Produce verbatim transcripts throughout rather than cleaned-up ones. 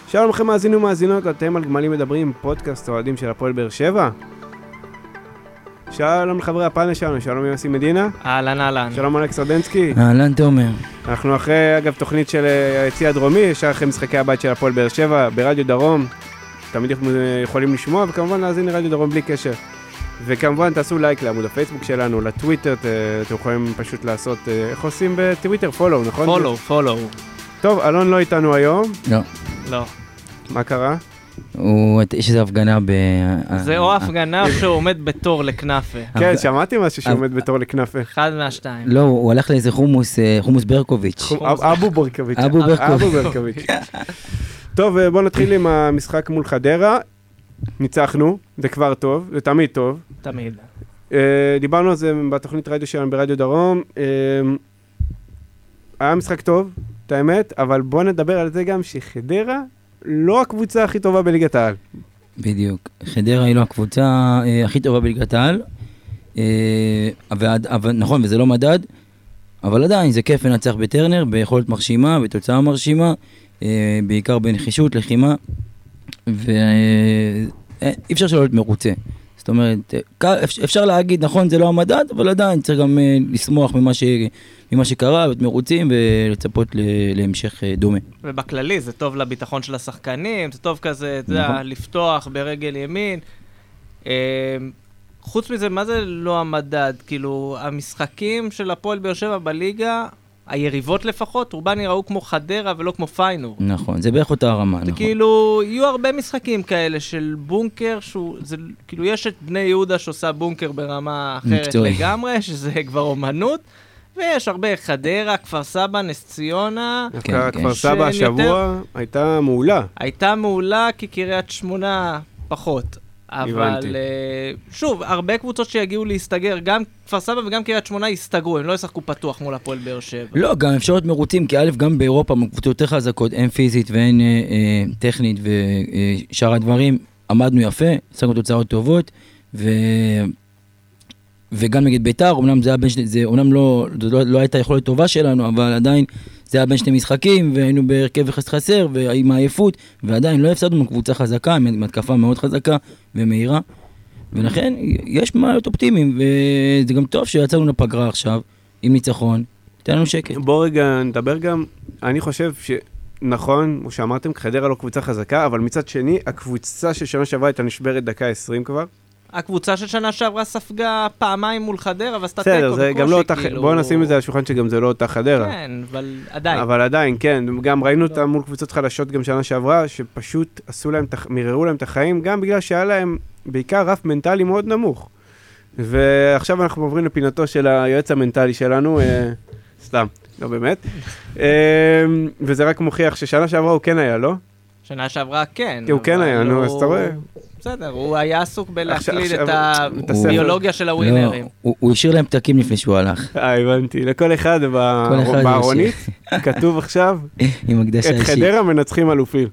שלום לכם מאזינים ומאזינות, אתם על גמלים מדברים, פודקאסט אוהדים של הפועל באר שבע. שלום לחברי הפאנל שלנו, שלום יוסי מדינה. אהלן אהלן. שלום אלכס רדנסקי. אהלן תומר. אנחנו אחרי, אגב, תוכנית של היציע הדרומי, ישר אחרי משחקי הבית של הפועל באר שבע, ברדיו דרום. תמיד יכולים לשמוע, וכמובן להאזין לרדיו דרום בלי קשר. וכמובן תעשו לייק לעמוד הפייסבוק שלנו, לטוויטר, אתם יכולים פשוט לעשות, איך עושים בטוויטר? פולו, נכון? פולו, פולו. טוב, אלון לא איתנו היום. לא. לא. מה קרה? הוא, יש איזו הפגנה ב... זה או הפגנה או שהוא עומד בתור לכנפה. כן, שמעתי משהו שהוא עומד בתור לכנפה. אחד מהשתיים. לא, הוא הלך לאיזה חומוס, חומוס ברקוביץ'. אבו ברקוביץ'. אבו אבו ברקוביץ'. טוב, בואו נתחיל עם המשחק מול חדרה. ניצחנו, זה כבר טוב, זה תמיד טוב. תמיד. דיברנו על זה בתוכנית רדיו שלנו ברדיו דרום. היה משחק טוב, את האמת, אבל בואו נדבר על זה גם שחדרה לא הקבוצה הכי טובה בליגת העל. בדיוק. חדרה היא לא הקבוצה אה, הכי טובה בליגת העל. אה, אבל, אבל, נכון, וזה לא מדד, אבל עדיין זה כיף לנצח בטרנר, ביכולת מרשימה, בתוצאה מרשימה, אה, בעיקר בנחישות, לחימה, ואי אה, אפשר שלא להיות מרוצה. זאת אומרת, אפשר להגיד, נכון, זה לא המדד, אבל עדיין צריך גם אה, לשמוח ממה ש... ממה שקרה, להיות מרוצים ולצפות להמשך דומה. ובכללי זה טוב לביטחון של השחקנים, זה טוב כזה, אתה יודע, לפתוח ברגל ימין. חוץ מזה, מה זה לא המדד? כאילו, המשחקים של הפועל באר שבע בליגה, היריבות לפחות, רובן יראו כמו חדרה ולא כמו פיינור. נכון, זה בערך אותה הרמה, נכון. כאילו, יהיו הרבה משחקים כאלה של בונקר, זה, כאילו, יש את בני יהודה שעושה בונקר ברמה אחרת לגמרי, שזה כבר אומנות. ויש הרבה חדרה, כפר סבא, נס ציונה. כפר סבא השבוע הייתה מעולה. הייתה מעולה כי קריית שמונה פחות. אבל שוב, הרבה קבוצות שיגיעו להסתגר, גם כפר סבא וגם קריית שמונה יסתגרו, הם לא ישחקו פתוח מול הפועל באר שבע. לא, גם אפשרות מרוצים, כי א' גם באירופה קבוצות יותר חזקות, אין פיזית ואין טכנית ושאר הדברים, עמדנו יפה, עשינו תוצאות טובות, ו... וגם נגד ביתר, אומנם זה היה בין שני, זה אומנם לא, לא, לא הייתה יכולת טובה שלנו, אבל עדיין זה היה בין שני משחקים, והיינו בהרכב יחס חסר, ועם העייפות, ועדיין לא הפסדנו קבוצה חזקה, עם התקפה מאוד חזקה ומהירה, ולכן יש מה להיות אופטימיים, וזה גם טוב שיצאנו לפגרה עכשיו, עם ניצחון, תן לנו שקט. בוא רגע נדבר גם, אני חושב שנכון, כמו שאמרתם, חדרה לא קבוצה חזקה, אבל מצד שני, הקבוצה של שנה שעברה הייתה נשברת דקה עשרים כבר, הקבוצה של שנה שעברה ספגה פעמיים מול חדרה, ועשתה תיקו בקושי. בסדר, זה גם לא אותה, בואו נשים את זה על השולחן שגם זה לא אותה חדרה. כן, אבל עדיין. אבל עדיין, כן. גם ראינו אותה מול קבוצות חדשות גם שנה שעברה, שפשוט עשו להם, מיררו להם את החיים, גם בגלל שהיה להם בעיקר רף מנטלי מאוד נמוך. ועכשיו אנחנו עוברים לפינתו של היועץ המנטלי שלנו, סתם, לא באמת. וזה רק מוכיח ששנה שעברה הוא כן היה, לא? שנה שעברה כן. הוא כן היה, נו, אז אתה רואה. בסדר, הוא היה עסוק בלהקליד את הביולוגיה של הווינרים. הוא השאיר להם פתקים לפני שהוא הלך. אה, הבנתי. לכל אחד בארונית כתוב עכשיו, את חדרה מנצחים אלופים.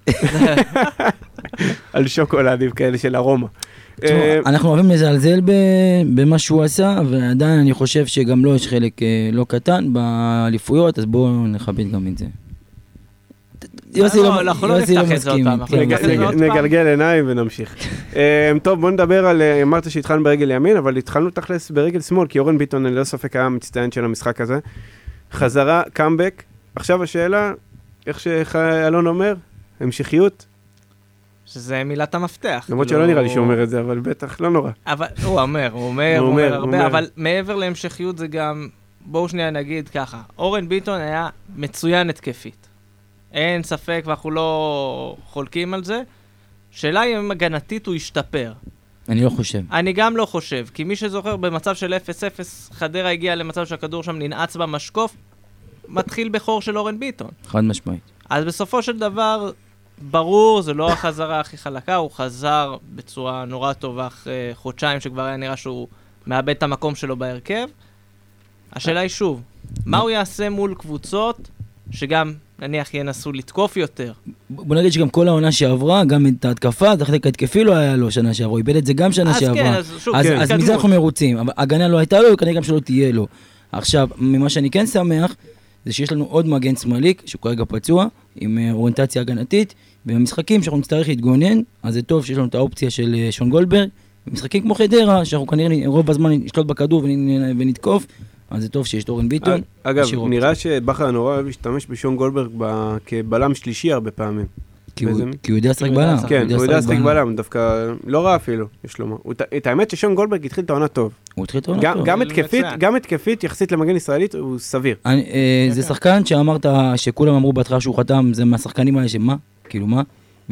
על שוקולדים כאלה של ארומה. אנחנו אוהבים לזלזל במה שהוא עשה, ועדיין אני חושב שגם לו יש חלק לא קטן באליפויות, אז בואו נכבד גם את זה. יוסי לא נפתח את זה אותם. נגלגל עיניים ונמשיך. טוב, בוא נדבר על, אמרת שהתחלנו ברגל ימין, אבל התחלנו תכלס ברגל שמאל, כי אורן ביטון, אני לא ספק היה מצטיין של המשחק הזה. חזרה, קאמבק. עכשיו השאלה, איך שאלון אומר, המשכיות. שזה מילת המפתח. למרות שלא נראה לי שהוא אומר את זה, אבל בטח לא נורא. אבל הוא אומר, הוא אומר, הוא אומר הרבה, אבל מעבר להמשכיות זה גם, בואו שנייה נגיד ככה, אורן ביטון היה מצוין התקפית. אין ספק, ואנחנו לא חולקים על זה. שאלה היא אם הגנתית הוא ישתפר. אני לא חושב. אני גם לא חושב, כי מי שזוכר במצב של אפס אפס, חדרה הגיע למצב שהכדור שם ננעץ במשקוף, מתחיל בחור של אורן ביטון. חד משמעית. אז בסופו של דבר, ברור, זה לא החזרה הכי חלקה, הוא חזר בצורה נורא טובה אחרי חודשיים, שכבר היה נראה שהוא מאבד את המקום שלו בהרכב. השאלה היא שוב, מה הוא יעשה מול קבוצות שגם נניח ינסו לתקוף יותר? בוא נגיד שגם כל העונה שעברה, גם את ההתקפה, את החלק ההתקפי לא היה לו שנה שעברה, הוא איבד את זה גם שנה שעברה. אז כן, אז שוב, אז, אז מזה אנחנו מרוצים, אבל הגנה לא הייתה לו, וכנראה גם שלא תהיה לו. עכשיו, ממה שאני כן שמח, זה שיש לנו עוד מגן שמאלי, שהוא כרגע פצוע, עם אוריינטציה הגנתית, ובמשחקים שאנחנו נצטרך להתגונן, אז זה טוב שיש לנו את האופציה של שון גולדברג, במשחקים כמו חדרה, שאנחנו כנראה רוב הזמן נשלוט בכדור ונתקוף, אז זה טוב שיש את אורן ביטון. אגב, נראה שבכר נורא אוהב להשתמש בשון גולדברג כבלם שלישי הרבה פעמים. כי הוא יודע לשחק בלם. כן, הוא יודע לשחק בלם, דווקא לא רע אפילו, יש לומר. את האמת ששון גולדברג התחיל את העונה טוב. הוא התחיל את העונה טוב. גם התקפית, יחסית למגן ישראלית, הוא סביר. זה שחקן שאמרת שכולם אמרו בהתחלה שהוא חתם, זה מהשחקנים האלה שמה? כאילו מה?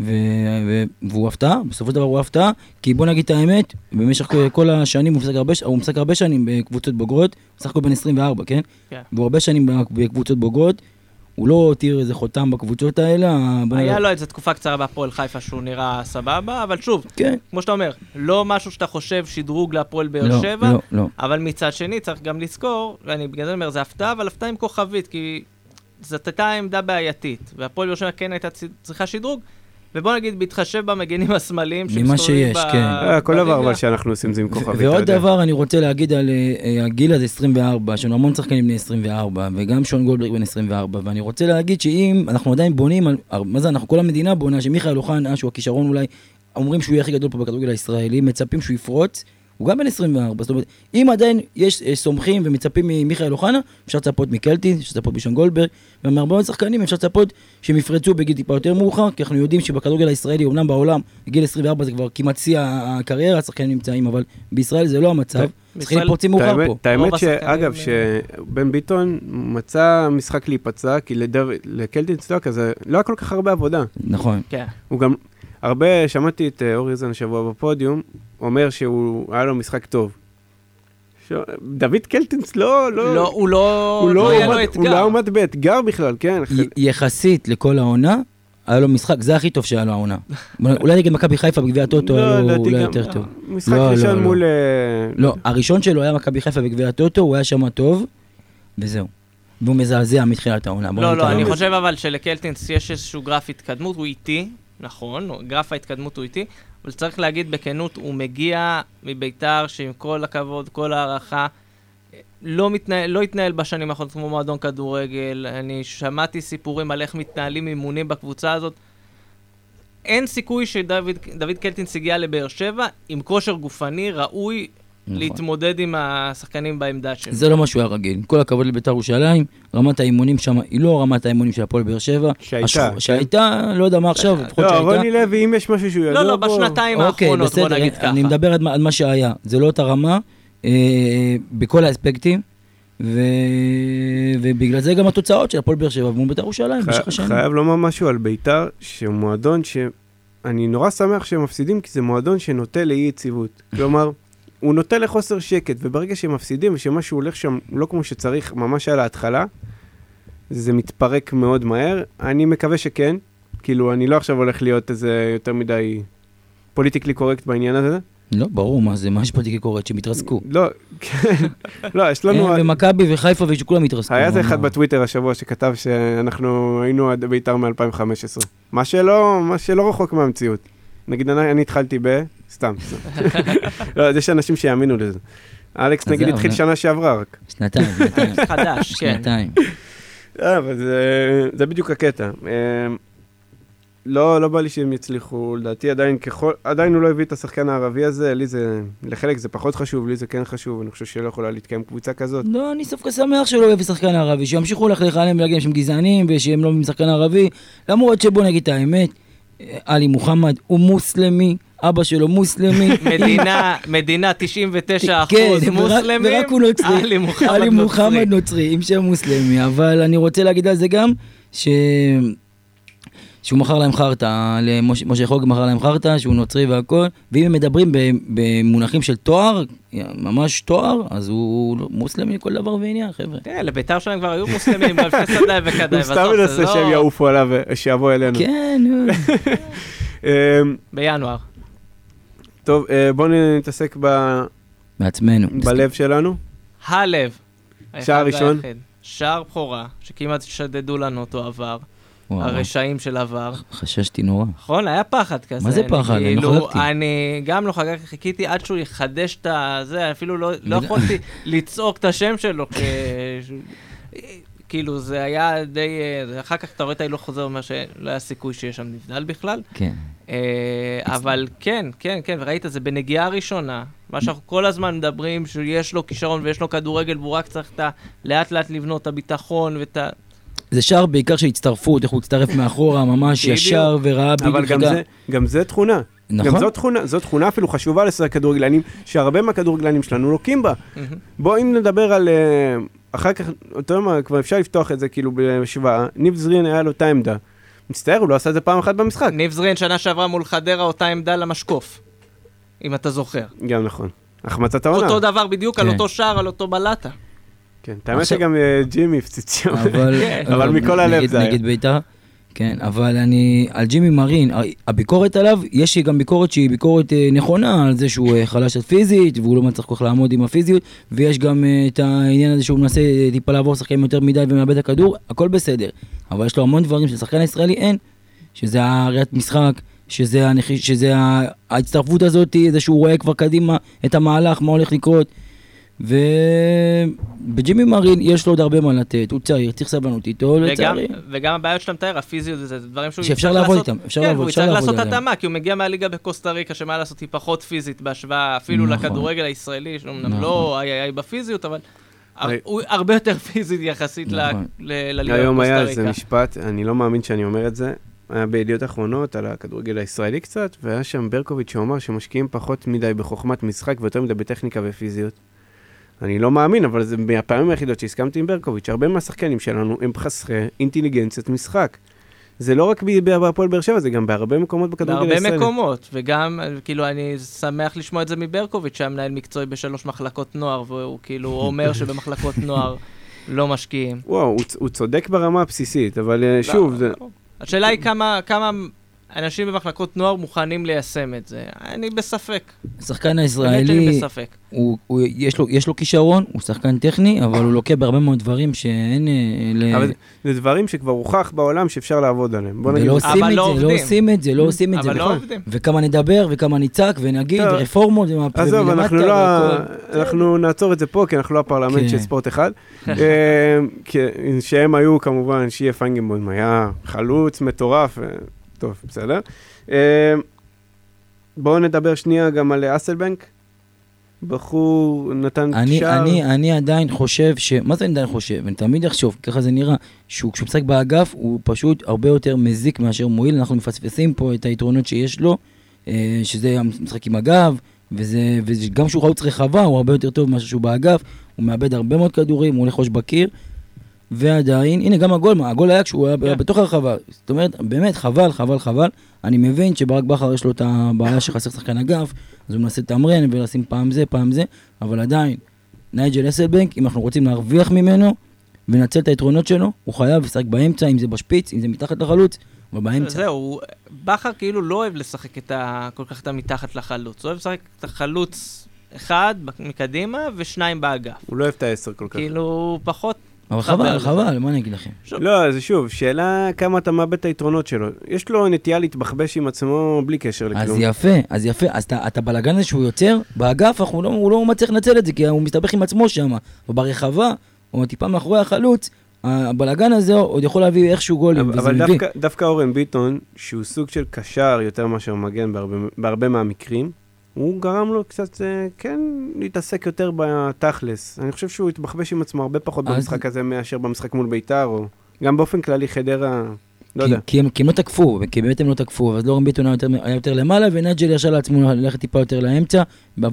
והוא הפתעה, בסופו של דבר הוא הפתעה, כי בוא נגיד את האמת, במשך כל השנים הוא משחק הרבה שנים בקבוצות בוגרות, הוא משחק בין עשרים וארבע, כן? והוא הרבה שנים בקבוצות בוגרות, הוא לא הותיר איזה חותם בקבוצות האלה. היה לו איזו תקופה קצרה בהפועל חיפה שהוא נראה סבבה, אבל שוב, כמו שאתה אומר, לא משהו שאתה חושב שדרוג להפועל באר שבע, אבל מצד שני צריך גם לזכור, ואני בגלל זה אומר, זה הפתעה, אבל הפתעה עם כוכבית, כי זאת הייתה עמדה בעייתית, והפועל באר שבע כן הייתה צריכה שדרוג, ובוא נגיד, בהתחשב במגנים השמאליים ממה שיש, כן. כל דבר אבל שאנחנו עושים זה עם כוכבית. ועוד דבר אני רוצה להגיד על הגיל הזה עשרים וארבע, יש לנו המון שחקנים בני עשרים וארבע, וגם שון גולדברג בן עשרים וארבע, ואני רוצה להגיד שאם אנחנו עדיין בונים, מה זה, אנחנו כל המדינה בונה, שמיכאל אוחנה, שהוא הכישרון אולי, אומרים שהוא יהיה הכי גדול פה בכדורגל הישראלי, מצפים שהוא יפרוץ, הוא גם בן עשרים וארבע, זאת אומרת, אם עדיין יש סומכים ומצפים ממיכאל אוחנה, אפשר לצפות מקלטין, אפשר לצפות בשון גולדברג, ומהרבה מאוד שחקנים אפשר לצפות שהם יפרצו בגיל טיפה יותר מאוחר, כי אנחנו יודעים שבכדורגל הישראלי, אומנם בעולם, בגיל עשרים וארבע זה כבר כמעט שיא הקריירה, השחקנים נמצאים, אבל בישראל זה לא המצב, צריכים לפורצים מאוחר פה. האמת שאגב, שבן ביטון מצא משחק להיפצע, כי לקלטין צדוק, אז לא היה כל כך הרבה עבודה. נכון. הוא גם הרבה, שמעתי את אורי איזן השבוע בפודיום, אומר שהוא היה לו משחק טוב. דוד קלטינס לא, לא, לא, הוא לא, הוא לא היה לו אתגר. הוא לא עומד באתגר בכלל, כן. יחסית לכל העונה, היה לו משחק, זה הכי טוב שהיה לו העונה. אולי נגד מכבי חיפה בגביע הטוטו, היה לו אולי יותר טוב. משחק ראשון מול... לא, הראשון שלו היה מכבי חיפה בגביע הטוטו, הוא היה שם טוב, וזהו. והוא מזעזע מתחילת העונה. לא, לא, אני חושב אבל שלקלטינס יש איזשהו גרף התקדמות, הוא איטי. נכון, גרף ההתקדמות הוא איתי, אבל צריך להגיד בכנות, הוא מגיע מביתר שעם כל הכבוד, כל הערכה, לא, מתנהל, לא התנהל בשנים האחרונות כמו מועדון כדורגל, אני שמעתי סיפורים על איך מתנהלים אימונים בקבוצה הזאת, אין סיכוי שדוד דוד קלטינס הגיע לבאר שבע עם כושר גופני ראוי, נכון. להתמודד עם השחקנים בעמדה שלו. זה לא משהו היה רגיל. כל הכבוד לבית"ר ירושלים, רמת האימונים שם היא לא רמת האימונים של הפועל באר שבע. שהייתה. שהייתה, לא יודע מה עכשיו, לפחות שהייתה. לא, רוני לוי, אם יש משהו שהוא יודע לא, לא, בשנתיים האחרונות, בוא נגיד ככה. אני מדבר על מה שהיה. זה לא אותה רמה, בכל האספקטים, ובגלל זה גם התוצאות של הפועל באר שבע, ומול בית"ר ירושלים, במשך השנים. חייב לומר משהו על בית"ר, שהוא מועדון שאני נורא שמח שהם מפסידים, כי זה מועדון שנוטה לאי יציבות. כלומר, הוא נוטה לחוסר שקט, וברגע שהם מפסידים, ושמשהו הולך שם לא כמו שצריך, ממש על ההתחלה, זה מתפרק מאוד מהר. אני מקווה שכן, כאילו, אני לא עכשיו הולך להיות איזה יותר מדי פוליטיקלי קורקט בעניין הזה. לא, ברור, מה זה, מה יש פוליטיקלי קורקט שמתרסקו? לא, כן, לא, יש לנו... במכבי וחיפה ושכולם מתרסקו. היה זה אחד בטוויטר השבוע שכתב שאנחנו היינו בית"ר מ-אלפיים וחמש עשרה. מה שלא, מה שלא רחוק מהמציאות. נגיד, אני התחלתי ב... סתם. לא, יש אנשים שיאמינו לזה. אלכס, נגיד, התחיל שנה שעברה רק. שנתיים, שנתיים. חדש, כן. שנתיים. אבל זה בדיוק הקטע. לא, לא בא לי שהם יצליחו, לדעתי עדיין ככל, עדיין הוא לא הביא את השחקן הערבי הזה, לי זה, לחלק זה פחות חשוב, לי זה כן חשוב, אני חושב שלא יכולה להתקיים קבוצה כזאת. לא, אני סוף שמח שלא הביא שחקן ערבי, שימשיכו לך עליהם ולהגיד שהם גזענים, ושהם לא מביאים שחקן ערבי, למרות שבוא נגיד את האמת, עלי מוחמד הוא מוסלמי, אבא שלו מוסלמי. מדינה, מדינה תשעים ותשע אחוז מוסלמים, ורק הוא נוצרי. עלי מוחמד נוצרי, עם שם מוסלמי, אבל אני רוצה להגיד על זה גם, ש... שהוא מכר להם חרטה, משה חוג מכר להם חרטה, שהוא נוצרי והכל, ואם הם מדברים במונחים של תואר, ממש תואר, אז הוא מוסלמי לכל דבר ועניין, חבר'ה. כן, לבית"ר שלהם כבר היו מוסלמים, גלפי סדאי וכדאי. הוא סתם מנסה שהם יעופו עליו ושיבוא אלינו. כן. בינואר. טוב, בואו נתעסק בעצמנו. בלב שלנו. הלב. שער ראשון. שער בכורה, שכמעט שדדו לנו אותו עבר. הרשעים של עבר. חששתי נורא. נכון, היה פחד כזה. מה זה פחד? אני לא חגגתי. אני גם לא חגגתי, חיכיתי עד שהוא יחדש את זה, אפילו לא יכולתי לצעוק את השם שלו, כאילו זה היה די, אחר כך אתה רואה את ההילוך חוזר, אומר שלא היה סיכוי שיש שם נבדל בכלל. כן. אבל כן, כן, כן, וראית, זה בנגיעה ראשונה, מה שאנחנו כל הזמן מדברים, שיש לו כישרון ויש לו כדורגל, והוא רק צריך לאט לאט לבנות את הביטחון ואת ה... זה שער בעיקר של הצטרפות, איך הוא הצטרף מאחורה, ממש ישר וראה בדיוק. אבל גם זה, גם זה תכונה. נכון. גם זו תכונה, זו תכונה אפילו חשובה לשחק כדורגלנים, שהרבה מהכדורגלנים שלנו לוקים בה. בואו אם נדבר על... אחר כך, אתה יודע מה, כבר אפשר לפתוח את זה כאילו בשוואה, ניב זרין היה לו אותה עמדה. מצטער, הוא לא עשה את זה פעם אחת במשחק. ניב זרין שנה שעברה מול חדרה אותה עמדה למשקוף, אם אתה זוכר. גם נכון. החמצת העונה. אותו דבר בדיוק על אותו שער, על אותו בלטה. כן, האמת שגם ג'ימי הפציץ שם, אבל מכל הלב זה היה. נגד בית"ר, כן, אבל אני, על ג'ימי מרין, הביקורת עליו, יש גם ביקורת שהיא ביקורת נכונה, על זה שהוא חלש פיזית, והוא לא מצליח כל כך לעמוד עם הפיזיות, ויש גם את העניין הזה שהוא מנסה טיפה לעבור שחקנים יותר מדי ומאבד הכדור, הכל בסדר. אבל יש לו המון דברים שלשחקן הישראלי אין, שזה הראיית משחק, שזה, הנחיש, שזה ההצטרפות הזאת, זה שהוא רואה כבר קדימה את המהלך, מה הולך לקרות, ובג'ימי מרין יש לו עוד הרבה מה לתת, הוא צעיר, צריך סבלנות איתו, לצערי. וגם הבעיות שאתה מתאר, הפיזיות, זה דברים שאפשר לעבוד איתם, אפשר לעבוד, הוא צריך לעשות התאמה, כי הוא מגיע מהליגה בקוסטה ריקה, שמה לעשות היא פחות פיזית בהשוואה אפילו לכדורגל הישראלי, שאומנם לא איי איי בפיזיות, אבל הוא הרבה יותר פיזית יחסית לליגה בקוסטה ריקה. היום היה איזה משפט, אני לא מאמין שאני אומר את זה, היה בידיעות האחרונות על הכדורגל הישראלי קצת, והיה שם ברקוביץ' שאומר שמשקיעים פחות מדי בחוכמת משחק ויותר מדי בטכניקה ופיזיות. אני לא מאמין, אבל זה מהפעמים היחידות שהסכמתי עם ברקוביץ', הרבה מהשחקנים שלנו הם חסרי אינטליגנציית משחק. זה לא רק בהפועל באר שבע, זה גם בהרבה מקומות בכדורגל הישראלי. בהרבה מקומות, וגם, כאילו, אני שמח לשמוע את זה מברקוביץ', שהיה מנהל מקצועי בשלוש מחלקות נוער, והוא כאילו אומר שבמחלקות נוער לא משקיעים. וואו, הוא צודק ברמה הבסיסית, אבל שוב, זה... השאלה היא כמה, כמה אנשים במחלקות נוער מוכנים ליישם את זה. אני בספק. השחקן הישראלי, הוא, הוא, יש לו, יש לו כישרון, הוא שחקן טכני, אבל הוא לוקה בהרבה מאוד דברים שאין... אבל זה דברים שכבר הוכח בעולם שאפשר לעבוד עליהם. ולא עושים את זה, לא עושים את זה, לא עושים את זה. אבל לא עובדים. וכמה נדבר, וכמה ניצק, ונגיד, רפורמות, עזוב, אנחנו נעצור את זה פה, כי אנחנו לא הפרלמנט של ספורט אחד. שהם היו כמובן, שיהיה פיינגנבוים, היה חלוץ מטורף, טוב, בסדר. בואו נדבר שנייה גם על אסלבנק. בחור נתן שער. אני, אני עדיין חושב ש... מה זה אני עדיין חושב? אני תמיד אחשוב, ככה זה נראה, שהוא כשהוא משחק באגף, הוא פשוט הרבה יותר מזיק מאשר מועיל. אנחנו מפספסים פה את היתרונות שיש לו, שזה המשחק עם הגב, וזה, וגם שהוא חלוץ רחבה, הוא הרבה יותר טוב מאשר שהוא באגף, הוא מאבד הרבה מאוד כדורים, הוא הולך ראש בקיר, ועדיין, הנה גם הגול, הגול היה כשהוא היה בתוך הרחבה, זאת אומרת, באמת חבל, חבל, חבל, אני מבין שברק בכר יש לו את הבעיה שחסר שחקן אגף, אז הוא מנסה לתמרן ולשים פעם זה, פעם זה, אבל עדיין, נייג'ל אסלבנק, אם אנחנו רוצים להרוויח ממנו, ונצל את היתרונות שלו, הוא חייב לשחק באמצע, אם זה בשפיץ, אם זה מתחת לחלוץ, אבל באמצע. זהו, בכר כאילו לא אוהב לשחק את ה... כל כך את המתחת לחלוץ, הוא אוהב לשחק את החלוץ אחד מקדימה ושניים באגף. הוא לא אוהב את העשר כל כך. כאילו, פחות... אבל חבל, חבל, מה אני אגיד לכם? לא, זה שוב, שאלה כמה אתה מאבד את היתרונות שלו. יש לו נטייה להתבחבש עם עצמו בלי קשר לכלום. אז יפה, אז יפה. אז אתה בלגן הזה שהוא יוצר, באגף הוא לא מצליח לנצל את זה, כי הוא מסתבך עם עצמו שם. וברחבה, או טיפה מאחורי החלוץ, הבלגן הזה עוד יכול להביא איכשהו גולים. אבל דווקא אורן ביטון, שהוא סוג של קשר יותר מאשר מגן בהרבה מהמקרים, הוא גרם לו קצת, כן, להתעסק יותר בתכלס. אני חושב שהוא התבחבש עם עצמו הרבה פחות במשחק הזה מאשר במשחק מול ביתר, או גם באופן כללי חדרה, לא יודע. כי הם לא תקפו, כי באמת הם לא תקפו, אז לורן ביטון היה יותר למעלה, ונג'ל ירשה לעצמו ללכת טיפה יותר לאמצע,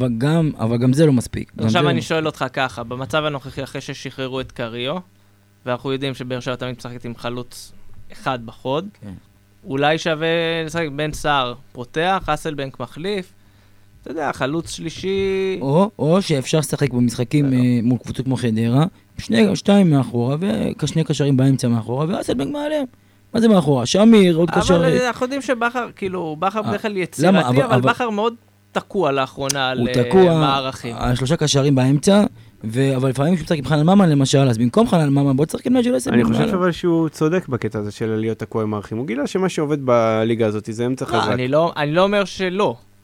אבל גם זה לא מספיק. עכשיו אני שואל אותך ככה, במצב הנוכחי אחרי ששחררו את קריו, ואנחנו יודעים שבאר שבע תמיד משחקת עם חלוץ אחד בחוד, אולי שווה לשחק בן סער פותח, אסלבנק מחליף, אתה יודע, חלוץ שלישי... או, או שאפשר לשחק במשחקים מול קבוצות כמו חדרה, שני, שתיים מאחורה, ושני קשרים באמצע מאחורה, ואסלבנק מעליהם. מה זה מאחורה? שמיר, עוד קשר... אבל אנחנו יודעים שבחר, כאילו, בחר בדרך כלל יצירתי, אבל בחר מאוד תקוע לאחרונה על מערכים. על שלושה קשרים באמצע, אבל לפעמים שהוא משחק עם חנן ממן למשל, אז במקום חנן ממן, בוא תשחק עם נג'ל אסלבנק. אני חושב אבל שהוא צודק בקטע הזה של להיות תקוע עם מערכים. הוא גילה שמה שעובד בליגה הזאת זה אמצע חזק. אני לא אומר שלא.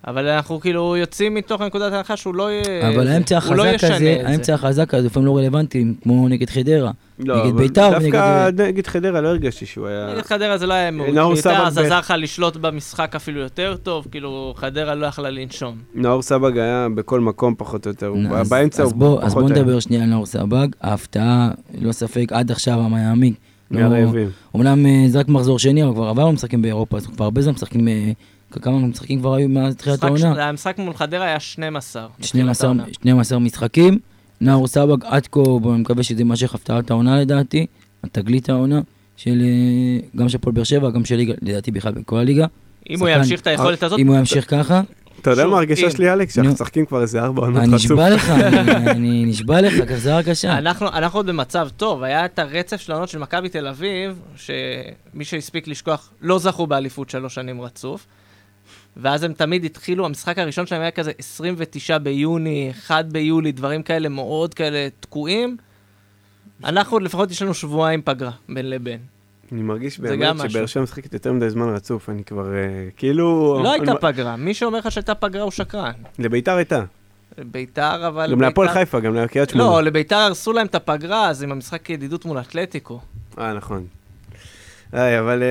אבל אנחנו כאילו יוצאים מתוך נקודת ההנחה שהוא לא ישנה את זה. אבל האמצע החזק הזה, האמצע החזק הזה, לפעמים לא רלוונטי, כמו נגד חדרה. נגד ביתר ונגד... דווקא נגד חדרה לא הרגשתי שהוא היה... נגד חדרה זה לא היה מאוד. ביתר אז עזר לך לשלוט במשחק אפילו יותר טוב, כאילו חדרה לא יכלה לנשום. נאור סבג היה בכל מקום פחות או יותר, באמצע הוא פחות היה. אז בוא נדבר שנייה על נאור סבג, ההפתעה, לא ספק, עד עכשיו המאמין. מהרעבים. אמנם זה רק מחזור שני, אבל כבר עברנו משחקים באירופה, אז כבר הרבה זמן משחקים... כמה משחקים כבר היו מאז תחילת העונה? המשחק מול חדרה היה שנים עשר. שנים עשר משחקים. נאור סבג עד כה, בוא מקווה שזה יימשך הפתעת העונה לדעתי, התגלית העונה, גם של פועל באר שבע, גם של ליגה, לדעתי בכלל בכל הליגה. אם הוא ימשיך את היכולת הזאת... אם הוא ימשיך ככה... אתה יודע מה הרגשה שלי, אלכס? שאנחנו משחקים כבר איזה ארבע עונות רצוף. אני נשבע לך, אני נשבע לך, כזה הרגשה. אנחנו עוד במצב טוב, היה את הרצף של העונות של מכבי תל אביב, שמי שהספיק לשכוח לא זכו באליפות שלוש שנים רצוף. ואז הם תמיד התחילו, המשחק הראשון שלהם היה כזה עשרים ותשעה ביוני, אחד ביולי, דברים כאלה מאוד כאלה תקועים. אנחנו לפחות יש לנו שבועיים פגרה בין לבין. אני מרגיש באמת שבאר שבע משחקת יותר מדי זמן רצוף, אני כבר כאילו... לא הייתה פגרה, מי שאומר לך שהייתה פגרה הוא שקרן. לביתר הייתה. לביתר אבל... גם להפועל חיפה, גם לקריית שמונה. לא, לביתר הרסו להם את הפגרה, אז עם המשחק ידידות מול אתלטיקו. אה, נכון. אבל...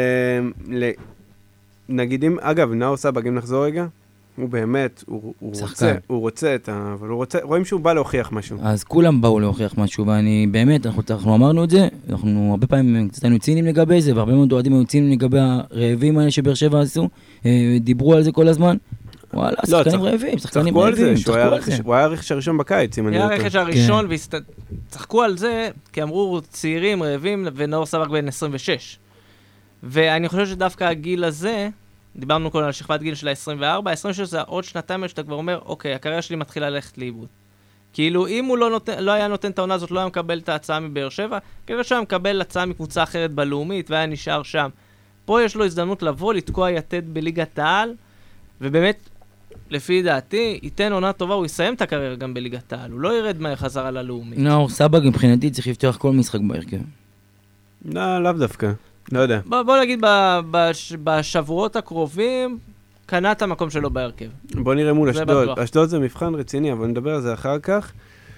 נגיד אם, אגב, נאור סבג, אם נחזור רגע, הוא באמת, הוא, הוא רוצה, הוא רוצה את ה... אבל הוא רוצה, רואים שהוא בא להוכיח משהו. אז כולם באו להוכיח משהו, ואני באמת, אנחנו, אנחנו אמרנו את זה, אנחנו הרבה פעמים קצת היינו ציניים לגבי זה, והרבה מאוד אוהדים היו ציניים לגבי הרעבים האלה שבאר שבע עשו, דיברו על זה כל הזמן. וואלה, שחקנים רעבים, שחקנים רעבים, צחקו על זה. הוא היה הרכש הראשון בקיץ, אם אני יודע. היה הרכש הראשון, וצחקו על זה, כי אמרו צעירים, רעבים, ונאור סבג בן עשרים ושש. ואני חושב שדווקא הגיל הזה, דיברנו כל על שכבת גיל של ה-עשרים וארבע, ה-עשרים ושש זה עוד שנתיים שאתה כבר אומר, אוקיי, הקריירה שלי מתחילה ללכת לאיבוד. כאילו, אם הוא לא, נותן, לא היה נותן את העונה הזאת, לא היה מקבל את ההצעה מבאר שבע, כנראה שהוא היה מקבל הצעה מקבוצה אחרת בלאומית, והיה נשאר שם. פה יש לו הזדמנות לבוא, לתקוע יתד בליגת העל, ובאמת, לפי דעתי, ייתן עונה טובה, הוא יסיים את הקריירה גם בליגת העל, הוא לא ירד מהחזרה ללאומית. נאור סבג מבחינתי צריך לפתוח כל משחק בהרכב. לא, לאו דווקא. לא יודע. בוא, בוא נגיד, בש, בשבועות הקרובים, קנה את המקום שלו בהרכב. בוא נראה מול אשדוד. אשדוד זה מבחן רציני, אבל נדבר על זה אחר כך.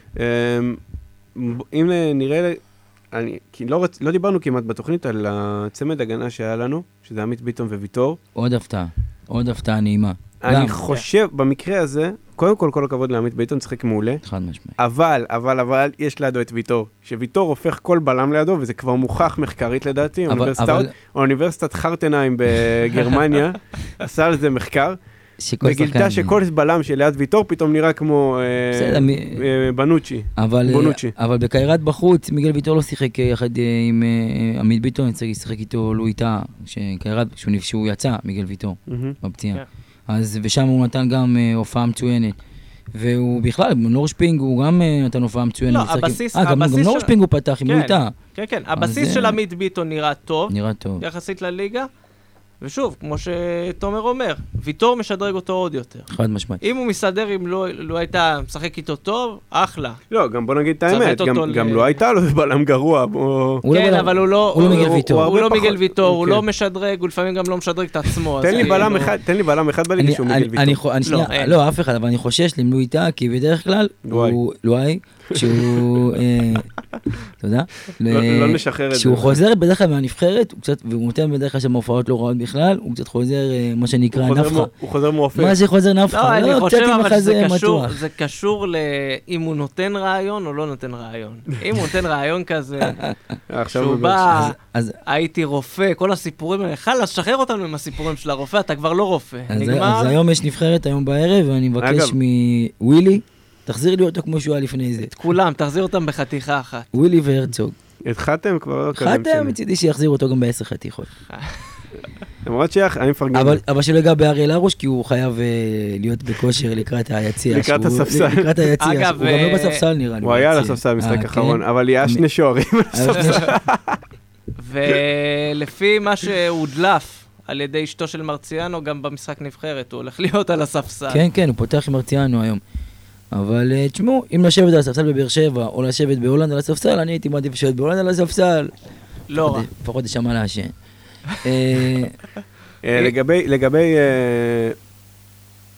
אם נראה, אני, כי לא, לא דיברנו כמעט בתוכנית על הצמד הגנה שהיה לנו, שזה עמית ביטון וויטור. עוד הפתעה, עוד הפתעה נעימה. אני חושב, במקרה הזה, קודם כל, כל הכבוד לעמית ביטון, צחק מעולה. חד משמעי. אבל, אבל, אבל, יש לידו את ויטור. שוויטור הופך כל בלם לידו, וזה כבר מוכח מחקרית לדעתי. האוניברסיטת חרטנהיים בגרמניה עשה על זה מחקר, וגילתה שכל בלם שליד ויטור פתאום נראה כמו בנוצ'י. אבל בקיירת בחוץ, מיגל ויטור לא שיחק יחד עם עמית ביטון, שיחק איתו לואיטה, שהוא יצא, מיגל ויטור, בפציעה. אז ושם הוא נתן גם הופעה מצוינת. והוא בכלל, נור שפינג הוא גם נתן הופעה מצוינת. לא, הבסיס... אה, גם נור שפינג הוא פתח עם לואיטה. כן, כן, הבסיס של עמית ביטון נראה טוב. נראה טוב. יחסית לליגה. ושוב, כמו שתומר אומר, ויטור משדרג אותו עוד יותר. חד משמעית. אם הוא מסדר, אם לא, לא הייתה משחק איתו טוב, אחלה. לא, גם בוא נגיד את האמת, גם, גם ל... לא הייתה לו בלם גרוע. בוא... כן, בלם... אבל הוא לא... הוא לא מיגל ויטור. הוא, הוא לא מיגל ויטור, הוא לא משדרג, הוא לפעמים גם לא משדרג את עצמו. תן לי בלם אחד, תן לי בלם אחד בליגה שהוא מיגל ויטור. לא, אף אחד, אבל אני חושש למלוא איתה, כי בדרך כלל הוא... לואי. שהוא, אתה יודע? לא נשחרר את זה. שהוא חוזר בדרך כלל מהנבחרת, והוא נותן בדרך כלל שם הופעות לא רעות בכלל, הוא קצת חוזר, מה שנקרא, נפחה. הוא חוזר מואפק. מה שחוזר נפחה? לא, אני חושב אבל שזה קשור לאם הוא נותן רעיון או לא נותן רעיון. אם הוא נותן רעיון כזה, שהוא בא, הייתי רופא, כל הסיפורים האלה, חלאס, שחרר אותנו עם הסיפורים של הרופא, אתה כבר לא רופא. אז היום יש נבחרת, היום בערב, ואני מבקש מווילי, תחזיר לי אותו כמו שהוא היה לפני זה. את כולם, תחזיר אותם בחתיכה אחת. ווילי והרצוג. את חתם כבר לא קדם שני. חתם, מצידי שיחזיר אותו גם בעשר חתיכות. למרות שיח, אני מפרגן. אבל שלא יגע באריאל הרוש, כי הוא חייב להיות בכושר לקראת היציע. לקראת הספסל. לקראת היציע. הוא גם לא בספסל נראה לי. הוא היה על הספסל במשחק האחרון, אבל היה שני שוערים על הספסל. ולפי מה שהודלף על ידי אשתו של מרציאנו, גם במשחק נבחרת, הוא הולך להיות על הספסל. כן, כן, הוא פותח עם מרציאנו היום. אבל תשמעו, אם לשבת על הספסל בבאר שבע, או לשבת בהולנד על הספסל, אני הייתי מעדיף לשבת בהולנד על הספסל. לא רע. לפחות יש שם מה לעשן. לגבי, לגבי,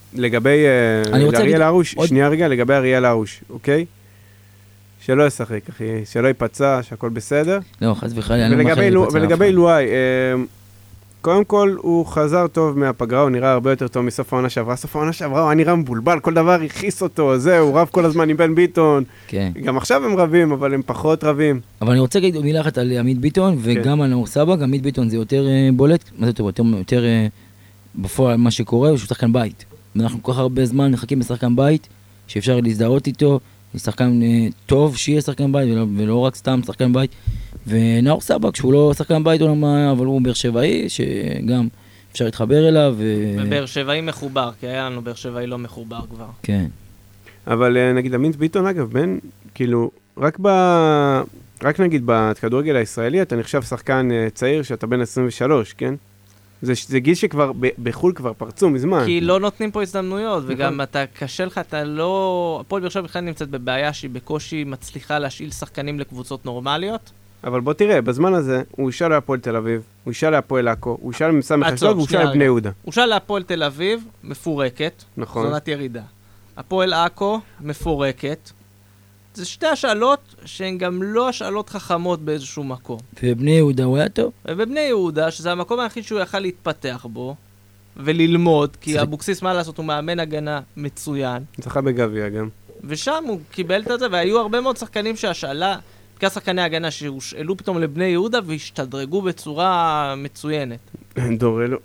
לגבי אריאל הרוש, שנייה רגע, לגבי אריאל הרוש, אוקיי? שלא ישחק, אחי, שלא ייפצע, שהכל בסדר. לא, חס וחלילה, אני לא מאחל להיפצע. ולגבי לואי, קודם כל, הוא חזר טוב מהפגרה, הוא נראה הרבה יותר טוב מסוף העונה שעברה. סוף העונה שעברה, הוא היה נראה מבולבל, כל דבר הכיס אותו, זהו, הוא רב כל הזמן עם בן ביטון. כן. גם עכשיו הם רבים, אבל הם פחות רבים. אבל אני רוצה להגיד מילה אחת על עמית ביטון, וגם על נאור סבג. עמית ביטון זה יותר בולט, מה זה יותר, יותר בפועל מה שקורה, הוא שחקן בית. ואנחנו כל כך הרבה זמן מחכים לשחקן בית, שאפשר להזדהות איתו, לשחקן טוב שיהיה שחקן בית, ולא, ולא רק סתם שחקן בית. ונאור סבג, שהוא לא שחקן בית, אבל הוא באר שבעי, שגם אפשר להתחבר אליו. ובאר שבעי מחובר, כי היה לנו באר שבעי לא מחובר כבר. כן. אבל נגיד, עמית ביטון, אגב, בין, כאילו, רק ב... רק נגיד, בכדורגל הישראלי, אתה נחשב שחקן צעיר שאתה בן עשרים ושלוש, כן? זה, זה גיל שכבר, בחול כבר פרצו מזמן. כי לא נותנים פה הזדמנויות, וגם אתה, קשה לך, אתה לא... הפועל באר שבע בכלל נמצאת בבעיה שהיא בקושי מצליחה להשאיל שחקנים לקבוצות נורמליות. אבל בוא תראה, בזמן הזה, הוא ישאל להפועל תל אביב, הוא ישאל להפועל עכו, הוא ישאל למסע מחשבות, והוא ישאל לבני יהודה. הוא ישאל להפועל תל אביב, מפורקת, נכון. זונת ירידה. הפועל עכו, מפורקת. זה שתי השאלות שהן גם לא השאלות חכמות באיזשהו מקום. ובבני יהודה הוא היה טוב. ובבני יהודה, שזה המקום היחיד שהוא יכל להתפתח בו, וללמוד, כי אבוקסיס, מה לעשות, הוא מאמן הגנה מצוין. זכה בגביע גם. ושם הוא קיבל את זה, והיו הרבה מאוד שחקנים שהשאלה, בעיקר שחקני הגנה שהושאלו פתאום לבני יהודה, והשתדרגו בצורה מצוינת. דורלו.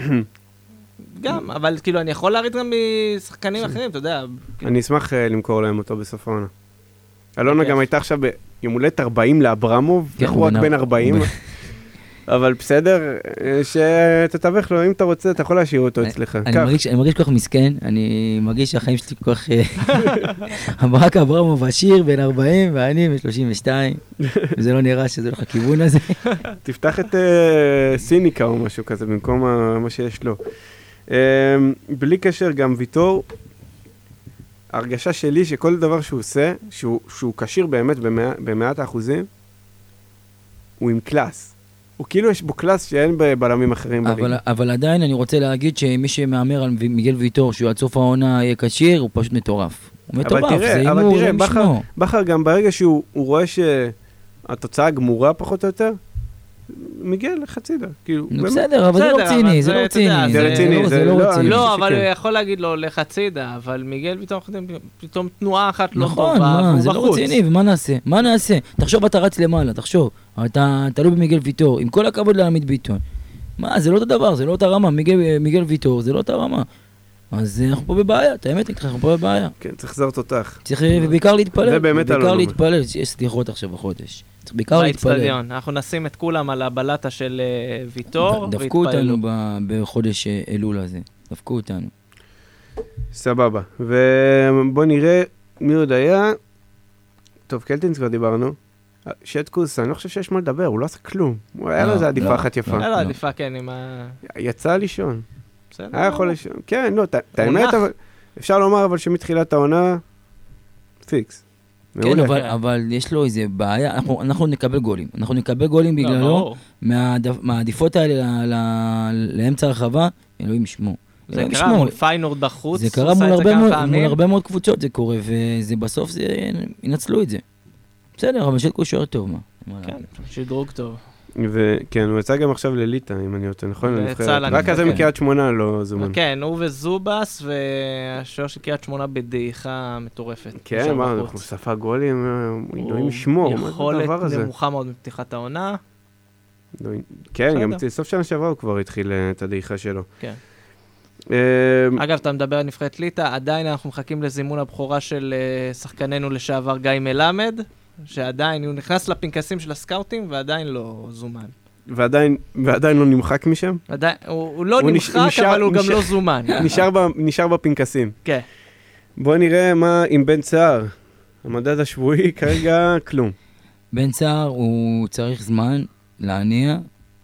גם, אבל כאילו אני יכול להריד גם משחקנים אחרים, אתה יודע. אני אשמח למכור להם אותו בסוף העונה. אלונה גם הייתה עכשיו ביום הולדת ארבעים לאברמוב, הוא רק בין ארבעים, אבל בסדר, שתתווך לו, אם אתה רוצה, אתה יכול להשאיר אותו אצלך. אני מרגיש כל כך מסכן, אני מרגיש שהחיים שלי כל כך... רק אברמוב עשיר בין ארבעים, ואני ב-שלושים ושתיים, וזה לא נראה שזה לך הכיוון הזה. תפתח את סיניקה או משהו כזה, במקום מה שיש לו. בלי קשר, גם ויטור, הרגשה שלי שכל דבר שהוא עושה, שהוא, שהוא קשיר באמת במאה, במאת האחוזים, הוא עם קלאס. הוא כאילו יש בו קלאס שאין בבלמים אחרים. אבל, אבל עדיין אני רוצה להגיד שמי שמאמר על מיגל ויטור, שהוא עד סוף העונה יהיה קשיר, הוא פשוט מטורף. הוא מטורף, אבל תראה, זה אבל אימור, תראה, זה בכר, משמו. בכר גם ברגע שהוא רואה שהתוצאה גמורה פחות או יותר, מגיע לחצידה, כאילו, באמת. בסדר, אבל זה לא רציני, זה לא רציני. זה רציני, זה לא רציני. לא, אבל הוא יכול להגיד לו לחצידה, אבל מיגל פתאום תנועה אחת לא טובה, נכון, זה לא רציני, ומה נעשה? מה נעשה? תחשוב, אתה רץ למעלה, תחשוב. אתה תלוי במיגל ויטור, עם כל הכבוד לעמית ביטון. מה, זה לא אותו דבר, זה לא אותה רמה, מיגל ויטור, זה לא אותה רמה. אז אנחנו פה בבעיה, אתה האמת, אנחנו פה בבעיה. כן, צריך לזהות אותך. צריך בעיקר להתפלל, ובאמת בעיקר להתפלל, יש סליחות עכשיו בחודש. צריך בעיקר להתפלל. אנחנו נשים את כולם על הבלטה של ויטור, דפקו אותנו בחודש אלול הזה, דפקו אותנו. סבבה, ובוא נראה מי עוד היה. טוב, קלטינס כבר דיברנו. שטקוס, אני לא חושב שיש מה לדבר, הוא לא עשה כלום. היה לו איזה עדיפה אחת יפה. היה לו עדיפה, כן, עם ה... יצא לישון. היה יכול לישון. כן, לא, את האמת, אפשר לומר אבל שמתחילת העונה, פיקס. כן, אבל יש לו איזה בעיה, אנחנו נקבל גולים. אנחנו נקבל גולים בגללו, מהעדיפות האלה לאמצע הרחבה, אלוהים ישמו. זה קרה מול פיינורד בחוץ. זה קרה מול הרבה מאוד קבוצות, זה קורה, ובסוף ינצלו את זה. בסדר, אבל שטקוס שוער טוב, מה? כן, שדרוג טוב. וכן, הוא יצא גם עכשיו לליטה, אם אני רוצה, נכון? רק אז מקריית שמונה לא זומן. כן, הוא וזובס, והשוער של קריית שמונה בדעיכה מטורפת. כן, מה, אנחנו ספק גולים, אלוהים ישמור, מה זה הדבר הזה? יכולת נמוכה מאוד מפתיחת העונה. כן, גם סוף שנה שעברה הוא כבר התחיל את הדעיכה שלו. כן. אגב, אתה מדבר על נבחרת ליטה, עדיין אנחנו מחכים לזימון הבכורה של שחקננו לשעבר גיא מלמד, שעדיין, הוא נכנס לפנקסים של הסקאוטים, ועדיין לא זומן. ועדיין, ועדיין לא נמחק משם? עדיין, הוא, הוא לא הוא נמחק, נשאר, אבל הוא נשאר, גם לא זומן. נשאר, ב, נשאר בפנקסים. כן. בוא נראה מה עם בן צער. המדד השבועי כרגע כלום. בן צער הוא צריך זמן להניע,